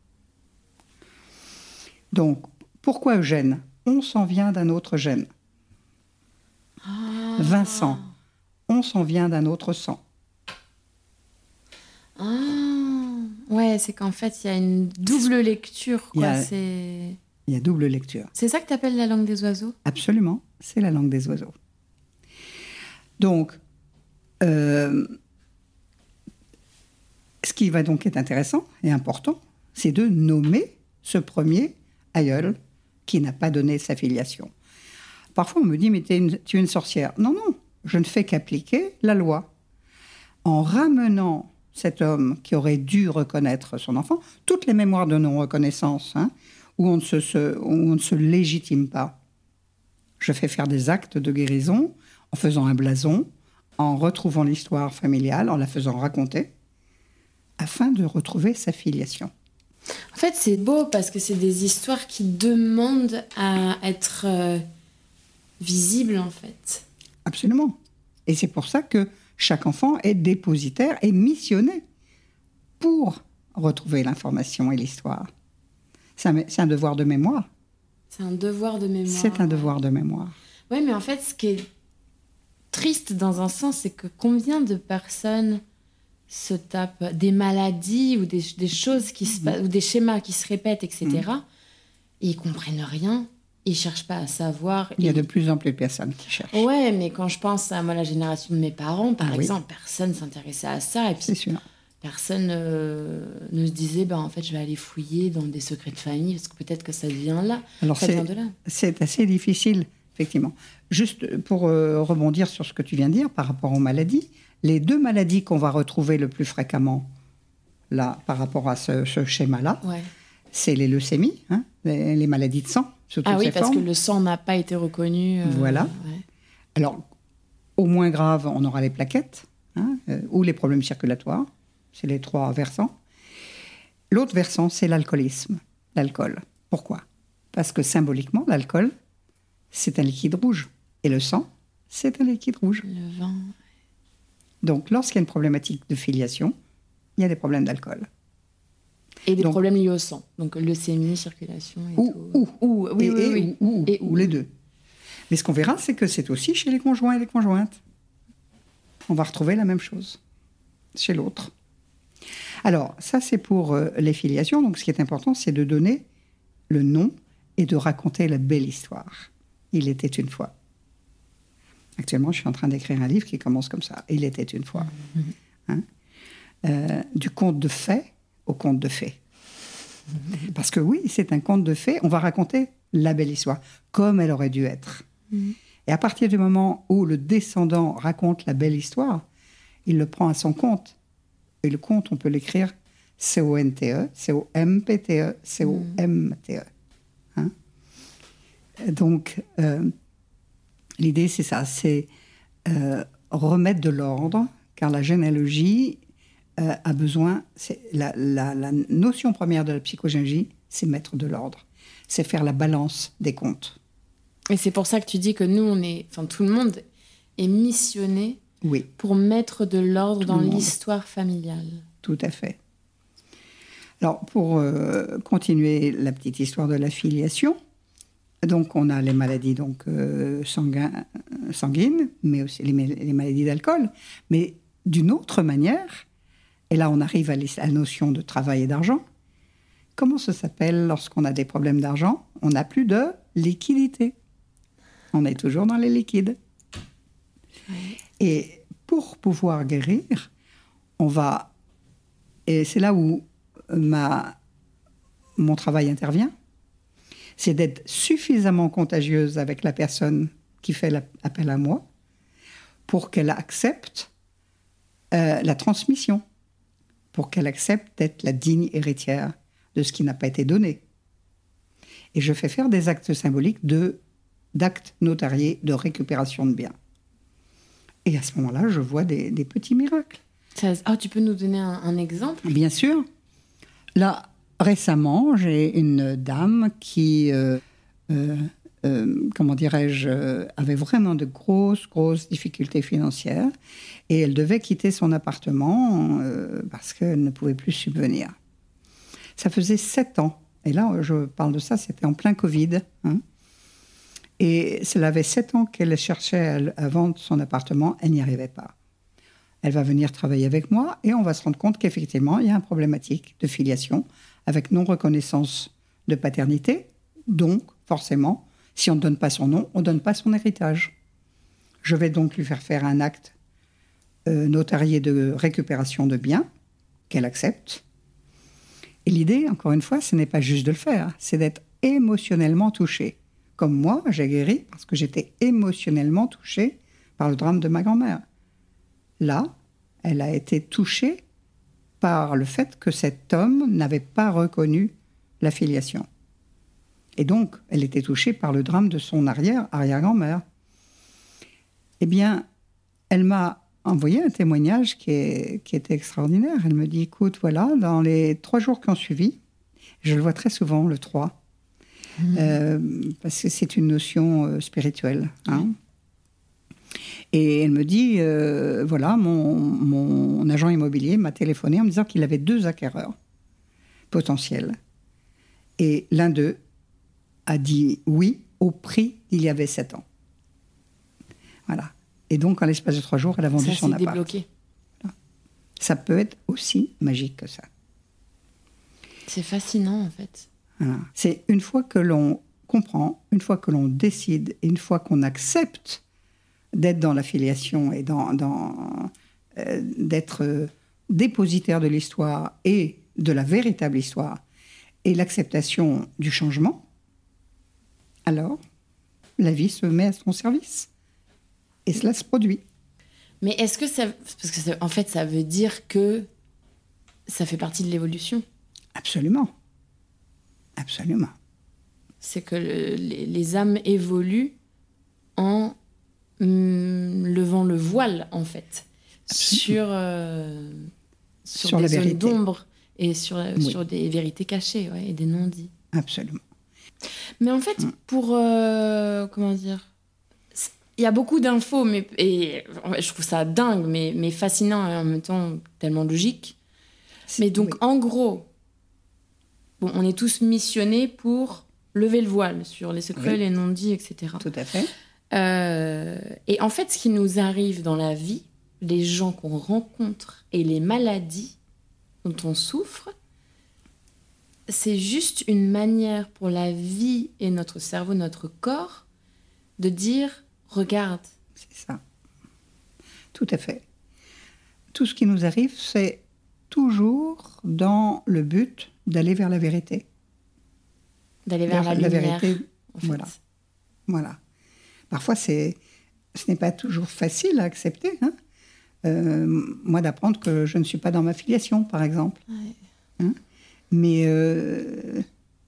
Donc, pourquoi Eugène ? On s'en vient d'un autre gène. Ah. Vincent, on s'en vient d'un autre sang. Ah, ouais, c'est qu'en fait, il y a une double lecture, quoi. Il y a, c'est... il y a double lecture. C'est ça que tu appelles la langue des oiseaux ? Absolument, c'est la langue des oiseaux. Donc, euh, ce qui va donc être intéressant et important, c'est de nommer ce premier aïeul qui n'a pas donné sa filiation. Parfois, on me dit, mais t'es une, tu es une sorcière. Non, non, je ne fais qu'appliquer la loi. En ramenant cet homme qui aurait dû reconnaître son enfant, toutes les mémoires de non-reconnaissance, hein, où, on ne se, se, où on ne se légitime pas. Je fais faire des actes de guérison en faisant un blason, en retrouvant l'histoire familiale, en la faisant raconter, afin de retrouver sa filiation. En fait, c'est beau parce que c'est des histoires qui demandent à être euh, visibles, en fait. Absolument. Et c'est pour ça que chaque enfant est dépositaire et missionné pour retrouver l'information et l'histoire. C'est un, c'est un devoir de mémoire. C'est un devoir de mémoire. C'est un devoir de mémoire. Oui, mais en fait, ce qui est triste dans un sens, c'est que combien de personnes se tapent des maladies ou des, des choses qui se passent, ou des schémas qui se répètent, et cetera. Mmh. Et ils comprennent rien. Ils cherchent pas à savoir. Il y a et... de plus en plus de personnes qui cherchent. Ouais, mais quand je pense à moi, la génération de mes parents, par ah, exemple, oui. personne s'intéressait à ça. Et puis, c'est sûr. Personne euh, ne se disait, bah, en fait, je vais aller fouiller dans des secrets de famille, parce que peut-être que ça vient là. Alors, ça c'est, vient de là. C'est assez difficile, effectivement. Juste pour euh, rebondir sur ce que tu viens de dire par rapport aux maladies, les deux maladies qu'on va retrouver le plus fréquemment, là, par rapport à ce, ce schéma-là, ouais. c'est les leucémies, hein, les, les maladies de sang. Sous toutes ah oui, ces parce formes. que le sang n'a pas été reconnu. Euh, voilà. Ouais. Alors, au moins grave, on aura les plaquettes, hein, euh, ou les problèmes circulatoires. C'est les trois versants. L'autre versant, c'est l'alcoolisme, l'alcool. Pourquoi ? Parce que symboliquement, l'alcool, c'est un liquide rouge. Et le sang, c'est un liquide rouge. Le vin. Donc, lorsqu'il y a une problématique de filiation, il y a des problèmes d'alcool. Et des donc, problèmes liés au sang. Donc, leucémie, circulation et ou, tout. Ou, ou, oui, et, oui, et, oui. Ou, ou, et, ou, ou les deux. Mais ce qu'on verra, c'est que c'est aussi chez les conjoints et les conjointes. On va retrouver la même chose chez l'autre. Alors, ça, c'est pour euh, les filiations. Donc, ce qui est important, c'est de donner le nom et de raconter la belle histoire. Il était une fois. Actuellement, je suis en train d'écrire un livre qui commence comme ça. Il était une fois. Mmh. Hein euh, du conte de fées au conte de fées. Mmh. Parce que oui, c'est un conte de fées. On va raconter la belle histoire, comme elle aurait dû être. Mmh. Et à partir du moment où le descendant raconte la belle histoire, il le prend à son compte. Et le conte, on peut l'écrire C O N T E, C O M P T E, C O M T E. Hein? Donc, euh, l'idée, c'est ça, c'est euh, remettre de l'ordre, car la généalogie euh, a besoin, c'est la, la, la notion première de la psychogénéalogie, c'est mettre de l'ordre, c'est faire la balance des comptes. Et c'est pour ça que tu dis que nous, on est, enfin tout le monde est missionné oui. pour mettre de l'ordre tout dans l'histoire familiale. Tout à fait. Alors, pour euh, continuer la petite histoire de la filiation, donc on a les maladies donc, euh, sanguin, sanguines, mais aussi les, les maladies d'alcool, mais d'une autre manière, et là on arrive à, les, à la notion de travail et d'argent. Comment ça s'appelle lorsqu'on a des problèmes d'argent? On n'a plus de liquidité. On est toujours dans les liquides. Oui. Et pour pouvoir guérir, on va... Et c'est là où ma, mon travail intervient, c'est d'être suffisamment contagieuse avec la personne qui fait la, appel à moi pour qu'elle accepte euh, la transmission, pour qu'elle accepte d'être la digne héritière de ce qui n'a pas été donné. Et je fais faire des actes symboliques de, d'actes notariés de récupération de biens. Et à ce moment-là, je vois des, des petits miracles. Ça, oh, tu peux nous donner un, un exemple ? Bien sûr. Là, récemment, j'ai une dame qui, euh, euh, euh, comment dirais-je, euh, avait vraiment de grosses, grosses difficultés financières et elle devait quitter son appartement euh, parce qu'elle ne pouvait plus subvenir. Ça faisait sept ans. Et là, je parle de ça, c'était en plein Covid. Hein. Et cela avait sept ans qu'elle cherchait à, à vendre son appartement, elle n'y arrivait pas. Elle va venir travailler avec moi et on va se rendre compte qu'effectivement, il y a une problématique de filiation avec non-reconnaissance de paternité. Donc, forcément, si on ne donne pas son nom, on ne donne pas son héritage. Je vais donc lui faire faire un acte euh, notarié de récupération de biens qu'elle accepte. Et l'idée, encore une fois, ce n'est pas juste de le faire, c'est d'être émotionnellement touchée. Comme moi, j'ai guéri parce que j'étais émotionnellement touchée par le drame de ma grand-mère. Là, elle a été touchée par le fait que cet homme n'avait pas reconnu la filiation. Et donc, elle était touchée par le drame de son arrière-arrière-grand-mère. Eh bien, elle m'a envoyé un témoignage qui, est, qui était extraordinaire. Elle me dit, écoute, voilà, dans les trois jours qui ont suivi, je le vois très souvent, le trois, mmh. euh, parce que c'est une notion euh, spirituelle, hein. Et elle me dit, euh, voilà, mon, mon agent immobilier m'a téléphoné en me disant qu'il avait deux acquéreurs potentiels. Et l'un d'eux a dit oui au prix d'il y avait sept ans. Voilà. Et donc, en l'espace de trois jours, elle a vendu ça son appart. Ça s'est débloqué. Ça peut être aussi magique que ça. C'est fascinant, en fait. Voilà. C'est une fois que l'on comprend, une fois que l'on décide, et une fois qu'on accepte d'être dans l'affiliation et dans, dans, euh, d'être euh, dépositaire de l'histoire et de la véritable histoire et l'acceptation du changement, alors la vie se met à son service et cela se produit. Mais est-ce que ça... Parce que ça, en fait, ça veut dire que ça fait partie de l'évolution. Absolument. Absolument. C'est que le, les, les âmes évoluent en... levant le voile, en fait, sur, euh, sur, sur des zones vérité. D'ombre et sur, oui. sur des vérités cachées, ouais, et des non-dits. Absolument. Mais en fait, mm. pour... Euh, comment dire il y a beaucoup d'infos, mais et je trouve ça dingue, mais, mais fascinant et en même temps tellement logique. Mais donc, oui. En gros, bon, on est tous missionnés pour lever le voile sur les secrets, oui. Les non-dits, et cetera. Tout à fait. Euh, et en fait, ce qui nous arrive dans la vie, les gens qu'on rencontre et les maladies dont on souffre, c'est juste une manière pour la vie et notre cerveau, notre corps, de dire « regarde ». C'est ça. Tout à fait. Tout ce qui nous arrive, c'est toujours dans le but d'aller vers la vérité. D'aller vers, vers la, la lumière, vérité. En fait. Voilà. Voilà. Parfois, c'est, ce n'est pas toujours facile à accepter. Hein. Euh, moi, d'apprendre que je ne suis pas dans ma filiation, par exemple. Ouais. Hein. Mais euh,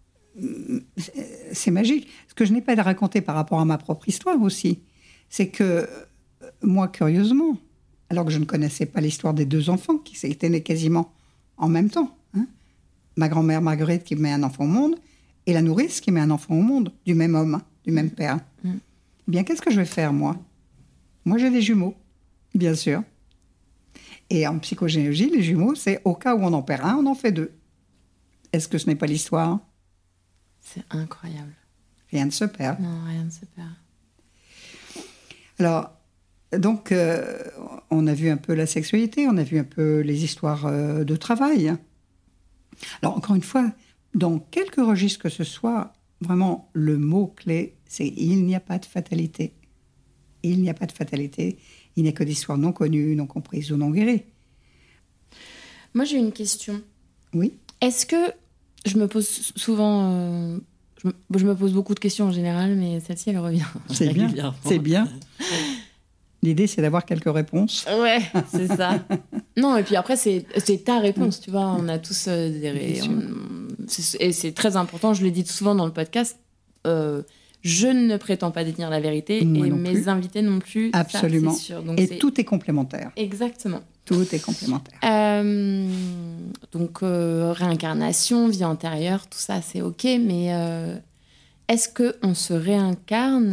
c'est magique. Ce que je n'ai pas à raconter par rapport à ma propre histoire aussi, c'est que moi, curieusement, alors que je ne connaissais pas l'histoire des deux enfants qui étaient nés quasiment en même temps, hein, ma grand-mère Marguerite qui met un enfant au monde et la nourrice qui met un enfant au monde, du même homme, hein, du même père. Mmh. Eh bien, qu'est-ce que je vais faire, moi ? Moi, j'ai des jumeaux, bien sûr. Et en psychogénéalogie, les jumeaux, c'est au cas où on en perd un, on en fait deux. Est-ce que ce n'est pas l'histoire ? C'est incroyable. Rien ne se perd. Non, rien ne se perd. Alors, donc, euh, on a vu un peu la sexualité, on a vu un peu les histoires euh, de travail. Alors, encore une fois, dans quelque registre que ce soit, vraiment, le mot-clé, c'est « il n'y a pas de fatalité ». Il n'y a pas de fatalité. Il n'y a que d'histoires non connues, non comprises ou non guéries. Moi, j'ai une question. Oui. Est-ce que, je me pose souvent, euh, je, me, je me pose beaucoup de questions en général, mais celle-ci, elle revient. C'est bien, c'est bien. L'idée, c'est d'avoir quelques réponses. Ouais, c'est ça. Non, et puis après, c'est, c'est ta réponse, tu vois. On a tous euh, des réponses. Et c'est très important, je le dis souvent dans le podcast, euh, je ne prétends pas détenir la vérité, moi et mes plus. Invités non plus. Absolument. Ça, c'est sûr. Donc, et c'est... tout est complémentaire. Exactement. Tout est complémentaire. Euh, donc, euh, réincarnation, vie antérieure, tout ça, c'est OK. Mais euh, est-ce qu'on se réincarne ?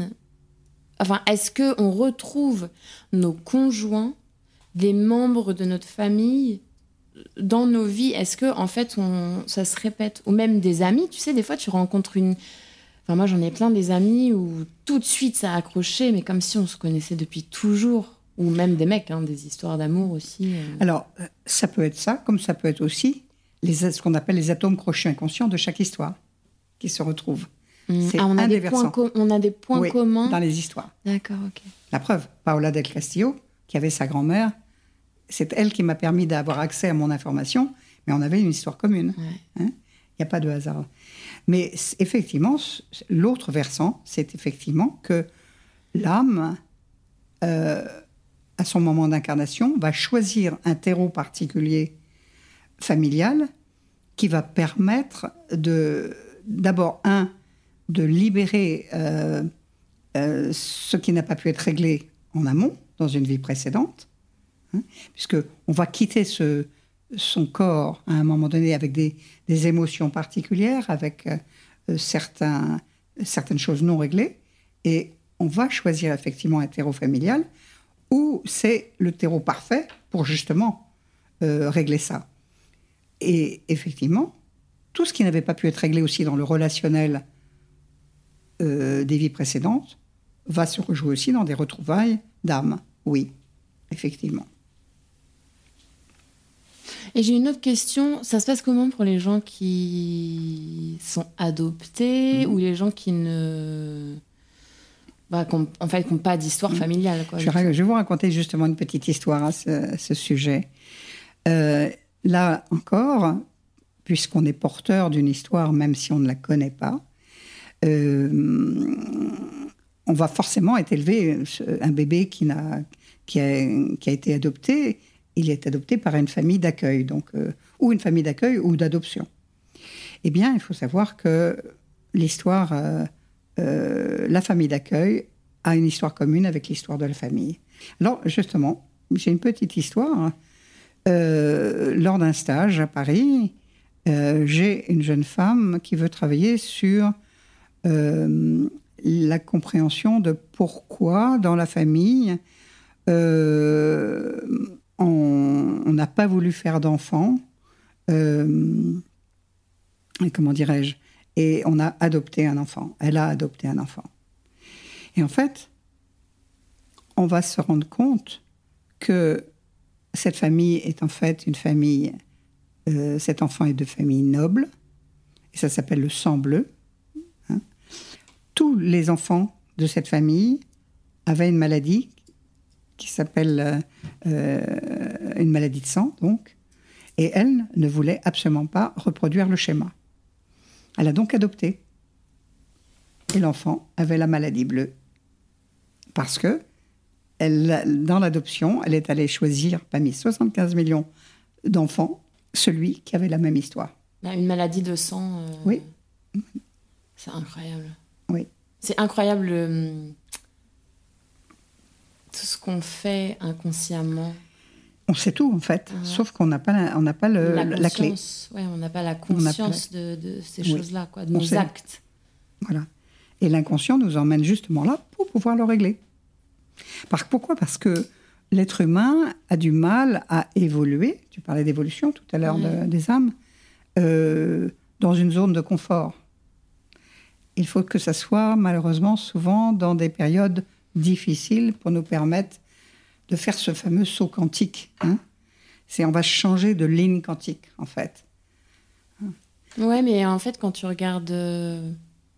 Enfin, est-ce qu'on retrouve nos conjoints, des membres de notre famille dans nos vies ? Est-ce que, en fait, on, ça se répète ? Ou même des amis, tu sais, des fois, tu rencontres une... Enfin, moi, j'en ai plein des amis où tout de suite, ça a accroché, mais comme si on se connaissait depuis toujours. Ou même des mecs, hein, des histoires d'amour aussi. Euh... Alors, ça peut être ça, comme ça peut être aussi les, ce qu'on appelle les atomes crochus inconscients de chaque histoire qui se retrouvent. Mmh. C'est ah, on, a un des des points com- on a des points oui, communs dans les histoires. D'accord, ok. La preuve, Paola del Castillo, qui avait sa grand-mère, c'est elle qui m'a permis d'avoir accès à mon information, mais on avait une histoire commune. Il ouais. hein, n'y a pas de hasard. Mais effectivement, l'autre versant, c'est effectivement que l'âme... Euh, à son moment d'incarnation, va choisir un terreau particulier familial qui va permettre de, d'abord, un, de libérer euh, euh, ce qui n'a pas pu être réglé en amont, dans une vie précédente, hein, puisqu'on va quitter ce, son corps à un moment donné avec des, des émotions particulières, avec euh, certains, certaines choses non réglées, et on va choisir effectivement un terreau familial où c'est le terreau parfait pour justement euh, régler ça. Et effectivement, tout ce qui n'avait pas pu être réglé aussi dans le relationnel euh, des vies précédentes va se rejouer aussi dans des retrouvailles d'âme. Oui, effectivement. Et j'ai une autre question. Ça se passe comment pour les gens qui sont adoptés mmh. ou les gens qui ne... Bah, qu'on, en fait, qui n'ont pas d'histoire familiale. Quoi, je, vais, je vais vous raconter justement une petite histoire à ce, ce sujet. Euh, là encore, puisqu'on est porteur d'une histoire, même si on ne la connaît pas, euh, on va forcément être élevé. Un bébé qui, n'a, qui, a, qui a été adopté, il est adopté par une famille d'accueil, donc, euh, ou une famille d'accueil ou d'adoption. Eh bien, il faut savoir que l'histoire... Euh, Euh, la famille d'accueil a une histoire commune avec l'histoire de la famille. Alors, justement, j'ai une petite histoire. Euh, lors d'un stage à Paris, euh, j'ai une jeune femme qui veut travailler sur euh, la compréhension de pourquoi, dans la famille, euh, on n'a pas voulu faire d'enfants, euh, comment dirais-je, et on a adopté un enfant. Elle a adopté un enfant. Et en fait, on va se rendre compte que cette famille est en fait une famille, euh, cet enfant est de famille noble, et ça s'appelle le sang bleu. Hein. Tous les enfants de cette famille avaient une maladie qui s'appelle euh, une maladie de sang, donc, et elle ne voulait absolument pas reproduire le schéma. Elle a donc adopté. Et l'enfant avait la maladie bleue. Parce que, elle, dans l'adoption, elle est allée choisir parmi soixante-quinze millions d'enfants, celui qui avait la même histoire. Une maladie de sang. Euh... Oui. C'est incroyable. Oui. C'est incroyable euh, tout ce qu'on fait inconsciemment. On sait tout, en fait, ouais. Sauf qu'on n'a pas, la, on n'a pas le, la, la clé. Ouais, on n'a pas la conscience pas... de, de ces oui. choses-là, quoi, de on nos sait. actes. Voilà. Et l'inconscient nous emmène justement là pour pouvoir le régler. Par, pourquoi ? Parce que l'être humain a du mal à évoluer, tu parlais d'évolution tout à l'heure ouais. de, des âmes, euh, dans une zone de confort. Il faut que ça soit malheureusement souvent dans des périodes difficiles pour nous permettre de faire ce fameux saut quantique. Hein. C'est, on va changer de ligne quantique, en fait. Ouais, mais en fait, quand tu regardes euh,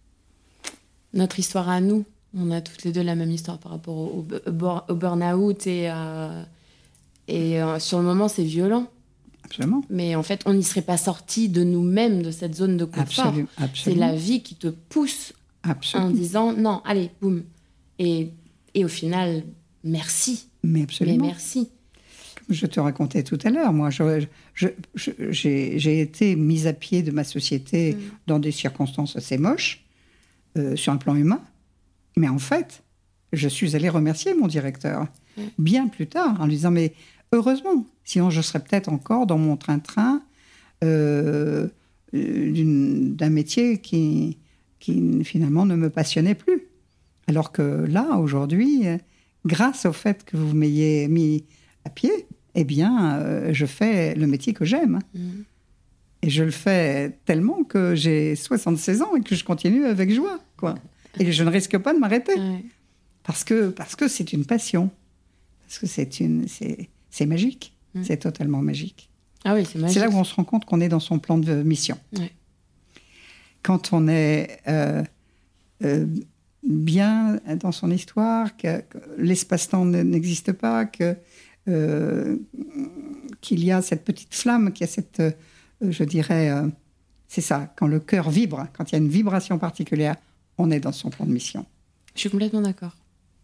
notre histoire à nous, on a toutes les deux la même histoire par rapport au, au, au burn-out et, euh, et euh, sur le moment, c'est violent. Absolument. Mais en fait, on n'y serait pas sortis de nous-mêmes, de cette zone de confort. Absolument. Absolument. C'est la vie qui te pousse absolument. En disant non, allez, boum. Et, et au final, merci. Mais absolument. Mais merci. Comme je te racontais tout à l'heure, moi, je, je, je, j'ai, j'ai été mise à pied de ma société mmh. dans des circonstances assez moches, euh, sur un plan humain. Mais en fait, je suis allée remercier mon directeur mmh. bien plus tard, en lui disant, mais heureusement, sinon je serais peut-être encore dans mon train-train euh, d'une, d'un métier qui, qui finalement ne me passionnait plus. Alors que là, aujourd'hui, grâce au fait que vous m'ayez mis à pied, eh bien, euh, je fais le métier que j'aime. Mmh. Et je le fais tellement que j'ai soixante-seize ans et que je continue avec joie, quoi. Et que je ne risque pas de m'arrêter. Ouais. Parce que, parce que c'est une passion. Parce que c'est, une, c'est, c'est magique. Mmh. C'est totalement magique. Ah oui, c'est magique. C'est là où on se rend compte qu'on est dans son plan de mission. Ouais. Quand on est... Euh, euh, bien dans son histoire, que, que l'espace-temps n'existe pas, que, euh, qu'il y a cette petite flamme, qu'il y a cette, euh, je dirais, euh, c'est ça, quand le cœur vibre, quand il y a une vibration particulière, on est dans son plan de mission. Je suis complètement d'accord.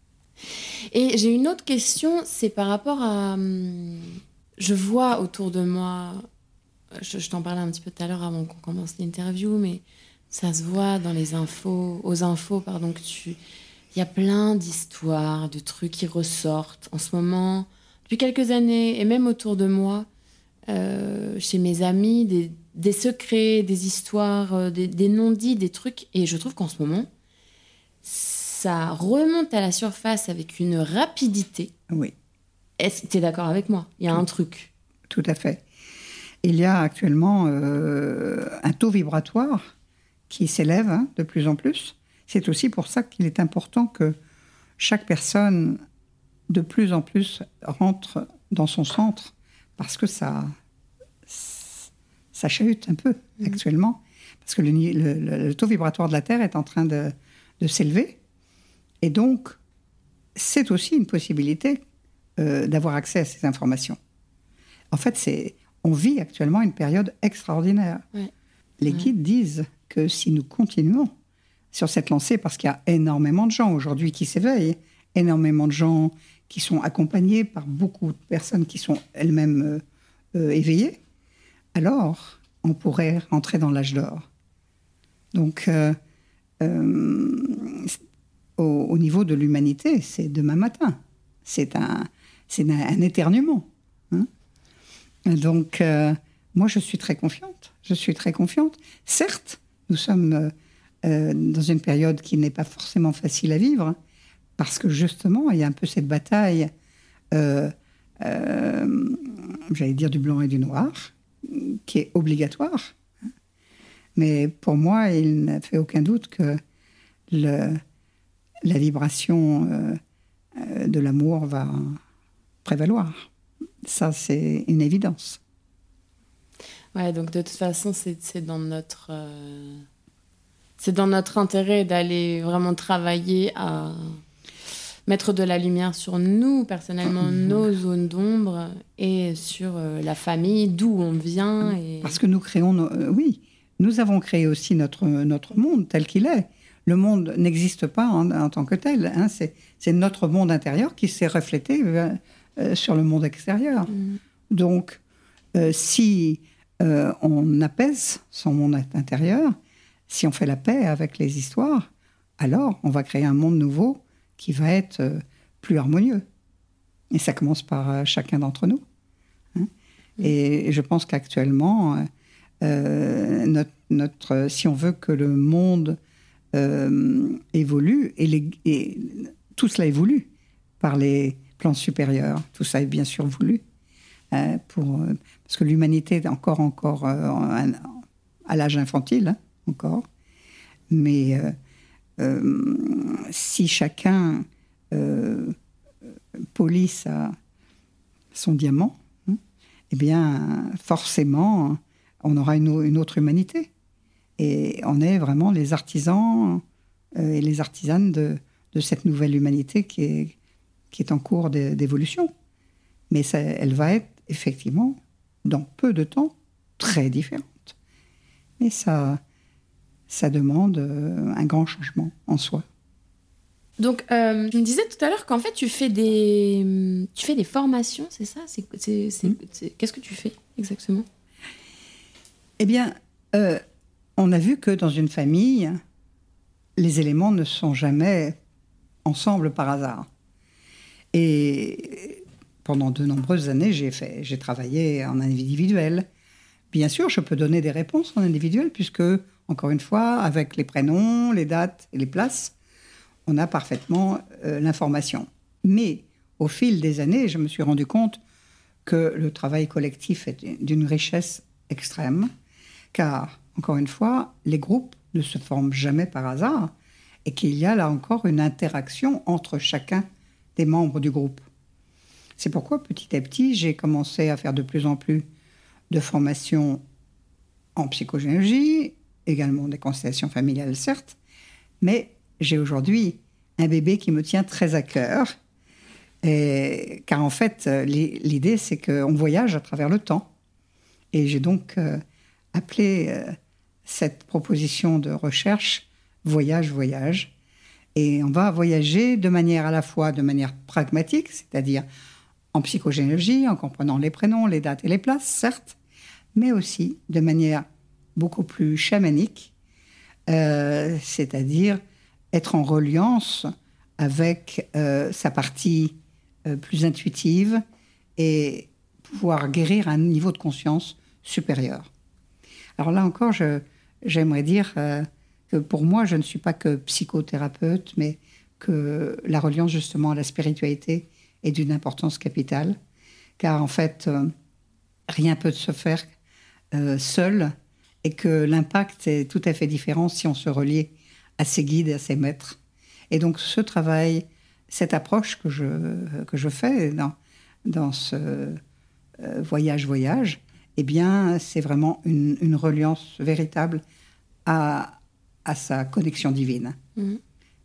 Et j'ai une autre question, c'est par rapport à... Je vois autour de moi, je, je t'en parlais un petit peu tout à l'heure avant qu'on commence l'interview, mais... Ça se voit dans les infos, aux infos, pardon, que tu... Il y a plein d'histoires, de trucs qui ressortent en ce moment, depuis quelques années, et même autour de moi, euh, chez mes amis, des, des secrets, des histoires, euh, des, des non-dits, des trucs. Et je trouve qu'en ce moment, ça remonte à la surface avec une rapidité. Oui. Est-ce que tu es d'accord avec moi ? Il y a un truc. Tout à fait. Il y a actuellement euh, un taux vibratoire qui s'élève hein, de plus en plus. C'est aussi pour ça qu'il est important que chaque personne, de plus en plus, rentre dans son centre, parce que ça, ça chahute un peu mmh. actuellement, parce que le, le, le taux vibratoire de la Terre est en train de, de s'élever, et donc c'est aussi une possibilité euh, d'avoir accès à ces informations. En fait, c'est, on vit actuellement une période extraordinaire. Ouais. Les ouais. guides disent que si nous continuons sur cette lancée, parce qu'il y a énormément de gens aujourd'hui qui s'éveillent, énormément de gens qui sont accompagnés par beaucoup de personnes qui sont elles-mêmes euh, euh, éveillées, alors on pourrait rentrer dans l'âge d'or. Donc, euh, euh, au, au niveau de l'humanité, c'est demain matin. C'est un, c'est un, un éternuement. Hein. Donc, euh, moi, je suis très confiante. Je suis très confiante. Certes, nous sommes euh, dans une période qui n'est pas forcément facile à vivre, parce que justement, il y a un peu cette bataille, euh, euh, j'allais dire du blanc et du noir, qui est obligatoire. Mais pour moi, il n'a fait aucun doute que le, la vibration euh, euh, de l'amour va prévaloir. Ça, c'est une évidence. Ouais, donc de toute façon, c'est, c'est dans notre... Euh... C'est dans notre intérêt d'aller vraiment travailler à mettre de la lumière sur nous, personnellement, mmh. nos zones d'ombre et sur euh, la famille, d'où on vient. Et... Parce que nous créons... Nos, euh, oui, nous avons créé aussi notre, notre monde tel qu'il est. Le monde n'existe pas en, en tant que tel. Hein. C'est, c'est notre monde intérieur qui s'est reflété euh, sur le monde extérieur. Mmh. Donc, euh, si euh, on apaise son monde intérieur... Si on fait la paix avec les histoires, alors on va créer un monde nouveau qui va être euh, plus harmonieux. Et ça commence par euh, chacun d'entre nous. Hein. Mmh. Et je pense qu'actuellement, euh, notre, notre, si on veut que le monde euh, évolue, et, les, et tout cela est voulu par les plans supérieurs, tout ça est bien sûr voulu, euh, pour, euh, parce que l'humanité est encore, encore euh, à l'âge infantile, hein, encore. Mais euh, euh, si chacun euh, polit sa, son diamant, hein, eh bien, forcément, on aura une, une autre humanité. Et on est vraiment les artisans euh, et les artisanes de, de cette nouvelle humanité qui est, qui est en cours d'évolution. Mais ça, elle va être, effectivement, dans peu de temps, très différente. Mais ça... ça demande un grand changement en soi. Donc, euh, tu me disais tout à l'heure qu'en fait, tu fais des, tu fais des formations, c'est ça c'est, c'est, c'est, mmh. c'est, Qu'est-ce que tu fais exactement ? Eh bien, euh, on a vu que dans une famille, les éléments ne sont jamais ensemble par hasard. Et pendant de nombreuses années, j'ai, fait, j'ai travaillé en individuel. Bien sûr, je peux donner des réponses en individuel, puisque... Encore une fois, avec les prénoms, les dates et les places, on a parfaitement euh, l'information. Mais au fil des années, je me suis rendu compte que le travail collectif est d'une richesse extrême, car, encore une fois, les groupes ne se forment jamais par hasard et qu'il y a là encore une interaction entre chacun des membres du groupe. C'est pourquoi, petit à petit, j'ai commencé à faire de plus en plus de formations en psychogénéalogie, également des constellations familiales, certes, mais j'ai aujourd'hui un bébé qui me tient très à cœur, et, car en fait, l'idée, c'est qu'on voyage à travers le temps. Et j'ai donc euh, appelé euh, cette proposition de recherche « Voyage, voyage ». Et on va voyager de manière à la fois de manière pragmatique, c'est-à-dire en psychogénéalogie, en comprenant les prénoms, les dates et les places, certes, mais aussi de manière beaucoup plus chamanique, euh, c'est-à-dire être en reliance avec euh, sa partie euh, plus intuitive et pouvoir guérir à un niveau de conscience supérieur. Alors là encore, je, j'aimerais dire euh, que pour moi, je ne suis pas que psychothérapeute, mais que la reliance justement à la spiritualité est d'une importance capitale, car en fait, euh, rien peut se faire euh, seul, et que l'impact est tout à fait différent si on se relie à ses guides et à ses maîtres. Et donc ce travail, cette approche que je, que je fais dans, dans ce euh, voyage-voyage, eh bien, c'est vraiment une, une reliance véritable à, à sa connexion divine. Mmh.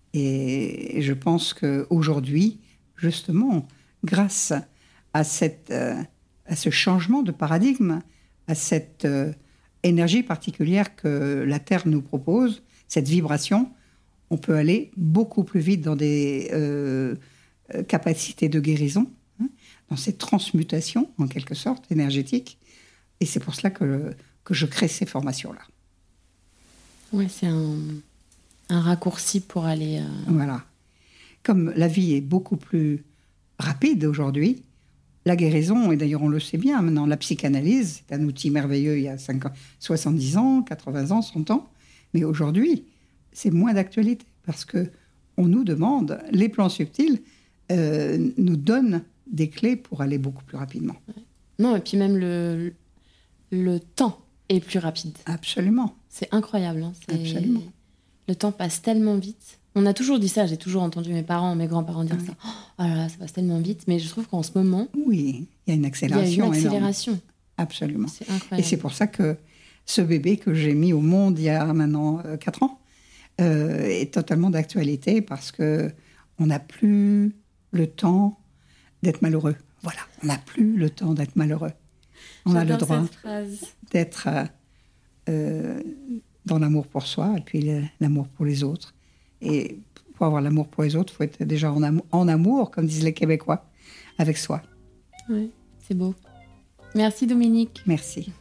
Et je pense qu'aujourd'hui, justement, grâce à, cette, euh, à ce changement de paradigme, à cette... Euh, énergie particulière que la Terre nous propose, cette vibration, on peut aller beaucoup plus vite dans des euh, capacités de guérison, hein, dans cette transmutation, en quelque sorte, énergétique. Et c'est pour cela que, que je crée ces formations-là. Oui, c'est un, un raccourci pour aller... Euh... Voilà. Comme la vie est beaucoup plus rapide aujourd'hui, la guérison, et d'ailleurs on le sait bien maintenant, la psychanalyse, c'est un outil merveilleux il y a cinquante, soixante-dix ans, quatre-vingts ans, cent ans, mais aujourd'hui, c'est moins d'actualité parce qu'on nous demande, les plans subtils euh, nous donnent des clés pour aller beaucoup plus rapidement. Ouais. Non, et puis même le, le temps est plus rapide. Absolument. C'est incroyable. Hein. C'est... Absolument. Le temps passe tellement vite. On a toujours dit ça, j'ai toujours entendu mes parents, mes grands-parents dire oui. ça. Oh là là, ça passe tellement vite. Mais je trouve qu'en ce moment... Oui, il y a une accélération. Il y a une accélération. Énorme. Absolument. C'est incroyable. Et c'est pour ça que ce bébé que j'ai mis au monde il y a maintenant euh, quatre ans euh, est totalement d'actualité parce qu'on n'a plus le temps d'être malheureux. Voilà, on n'a plus le temps d'être malheureux. On J'adore a le droit cette phrase. d'être euh, euh, dans l'amour pour soi et puis le, l'amour pour les autres. Et pour avoir l'amour pour les autres, il faut être déjà en amour, en amour, comme disent les Québécois, avec soi. Oui, c'est beau. Merci Dominique. Merci.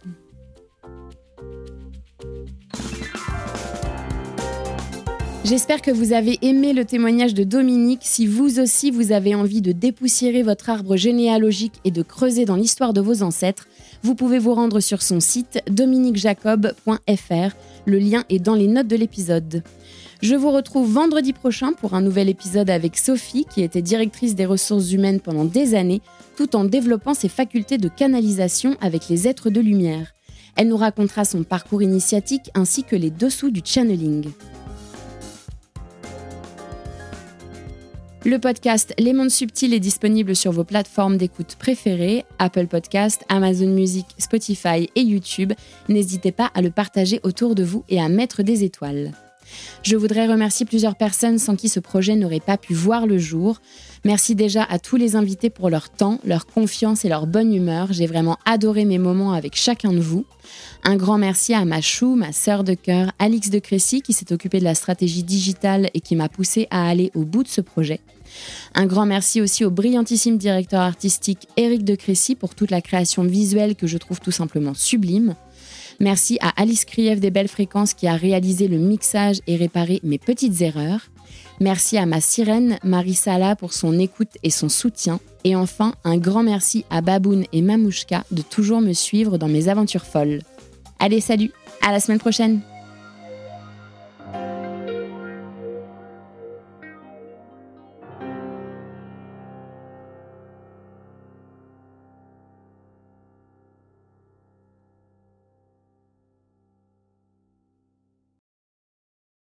J'espère que vous avez aimé le témoignage de Dominique. Si vous aussi vous avez envie de dépoussiérer votre arbre généalogique et de creuser dans l'histoire de vos ancêtres, vous pouvez vous rendre sur son site dominique jacob point f r. Le lien est dans les notes de l'épisode. Je vous retrouve vendredi prochain pour un nouvel épisode avec Sophie, qui était directrice des ressources humaines pendant des années, tout en développant ses facultés de canalisation avec les êtres de lumière. Elle nous racontera son parcours initiatique ainsi que les dessous du channeling. Le podcast Les Mondes Subtils est disponible sur vos plateformes d'écoute préférées, Apple Podcast, Amazon Music, Spotify et YouTube. N'hésitez pas à le partager autour de vous et à mettre des étoiles. Je voudrais remercier plusieurs personnes sans qui ce projet n'aurait pas pu voir le jour. Merci déjà à tous les invités pour leur temps, leur confiance et leur bonne humeur. J'ai vraiment adoré mes moments avec chacun de vous. Un grand merci à ma chou, ma sœur de cœur, Alix de Crécy, qui s'est occupée de la stratégie digitale et qui m'a poussée à aller au bout de ce projet. Un grand merci aussi au brillantissime directeur artistique Éric de Crécy pour toute la création visuelle que je trouve tout simplement sublime. Merci à Alice Krief des Belles Fréquences qui a réalisé le mixage et réparé mes petites erreurs. Merci à ma sirène Marie Sala pour son écoute et son soutien. Et enfin, un grand merci à Baboun et Mamouchka de toujours me suivre dans mes aventures folles. Allez, salut, à la semaine prochaine!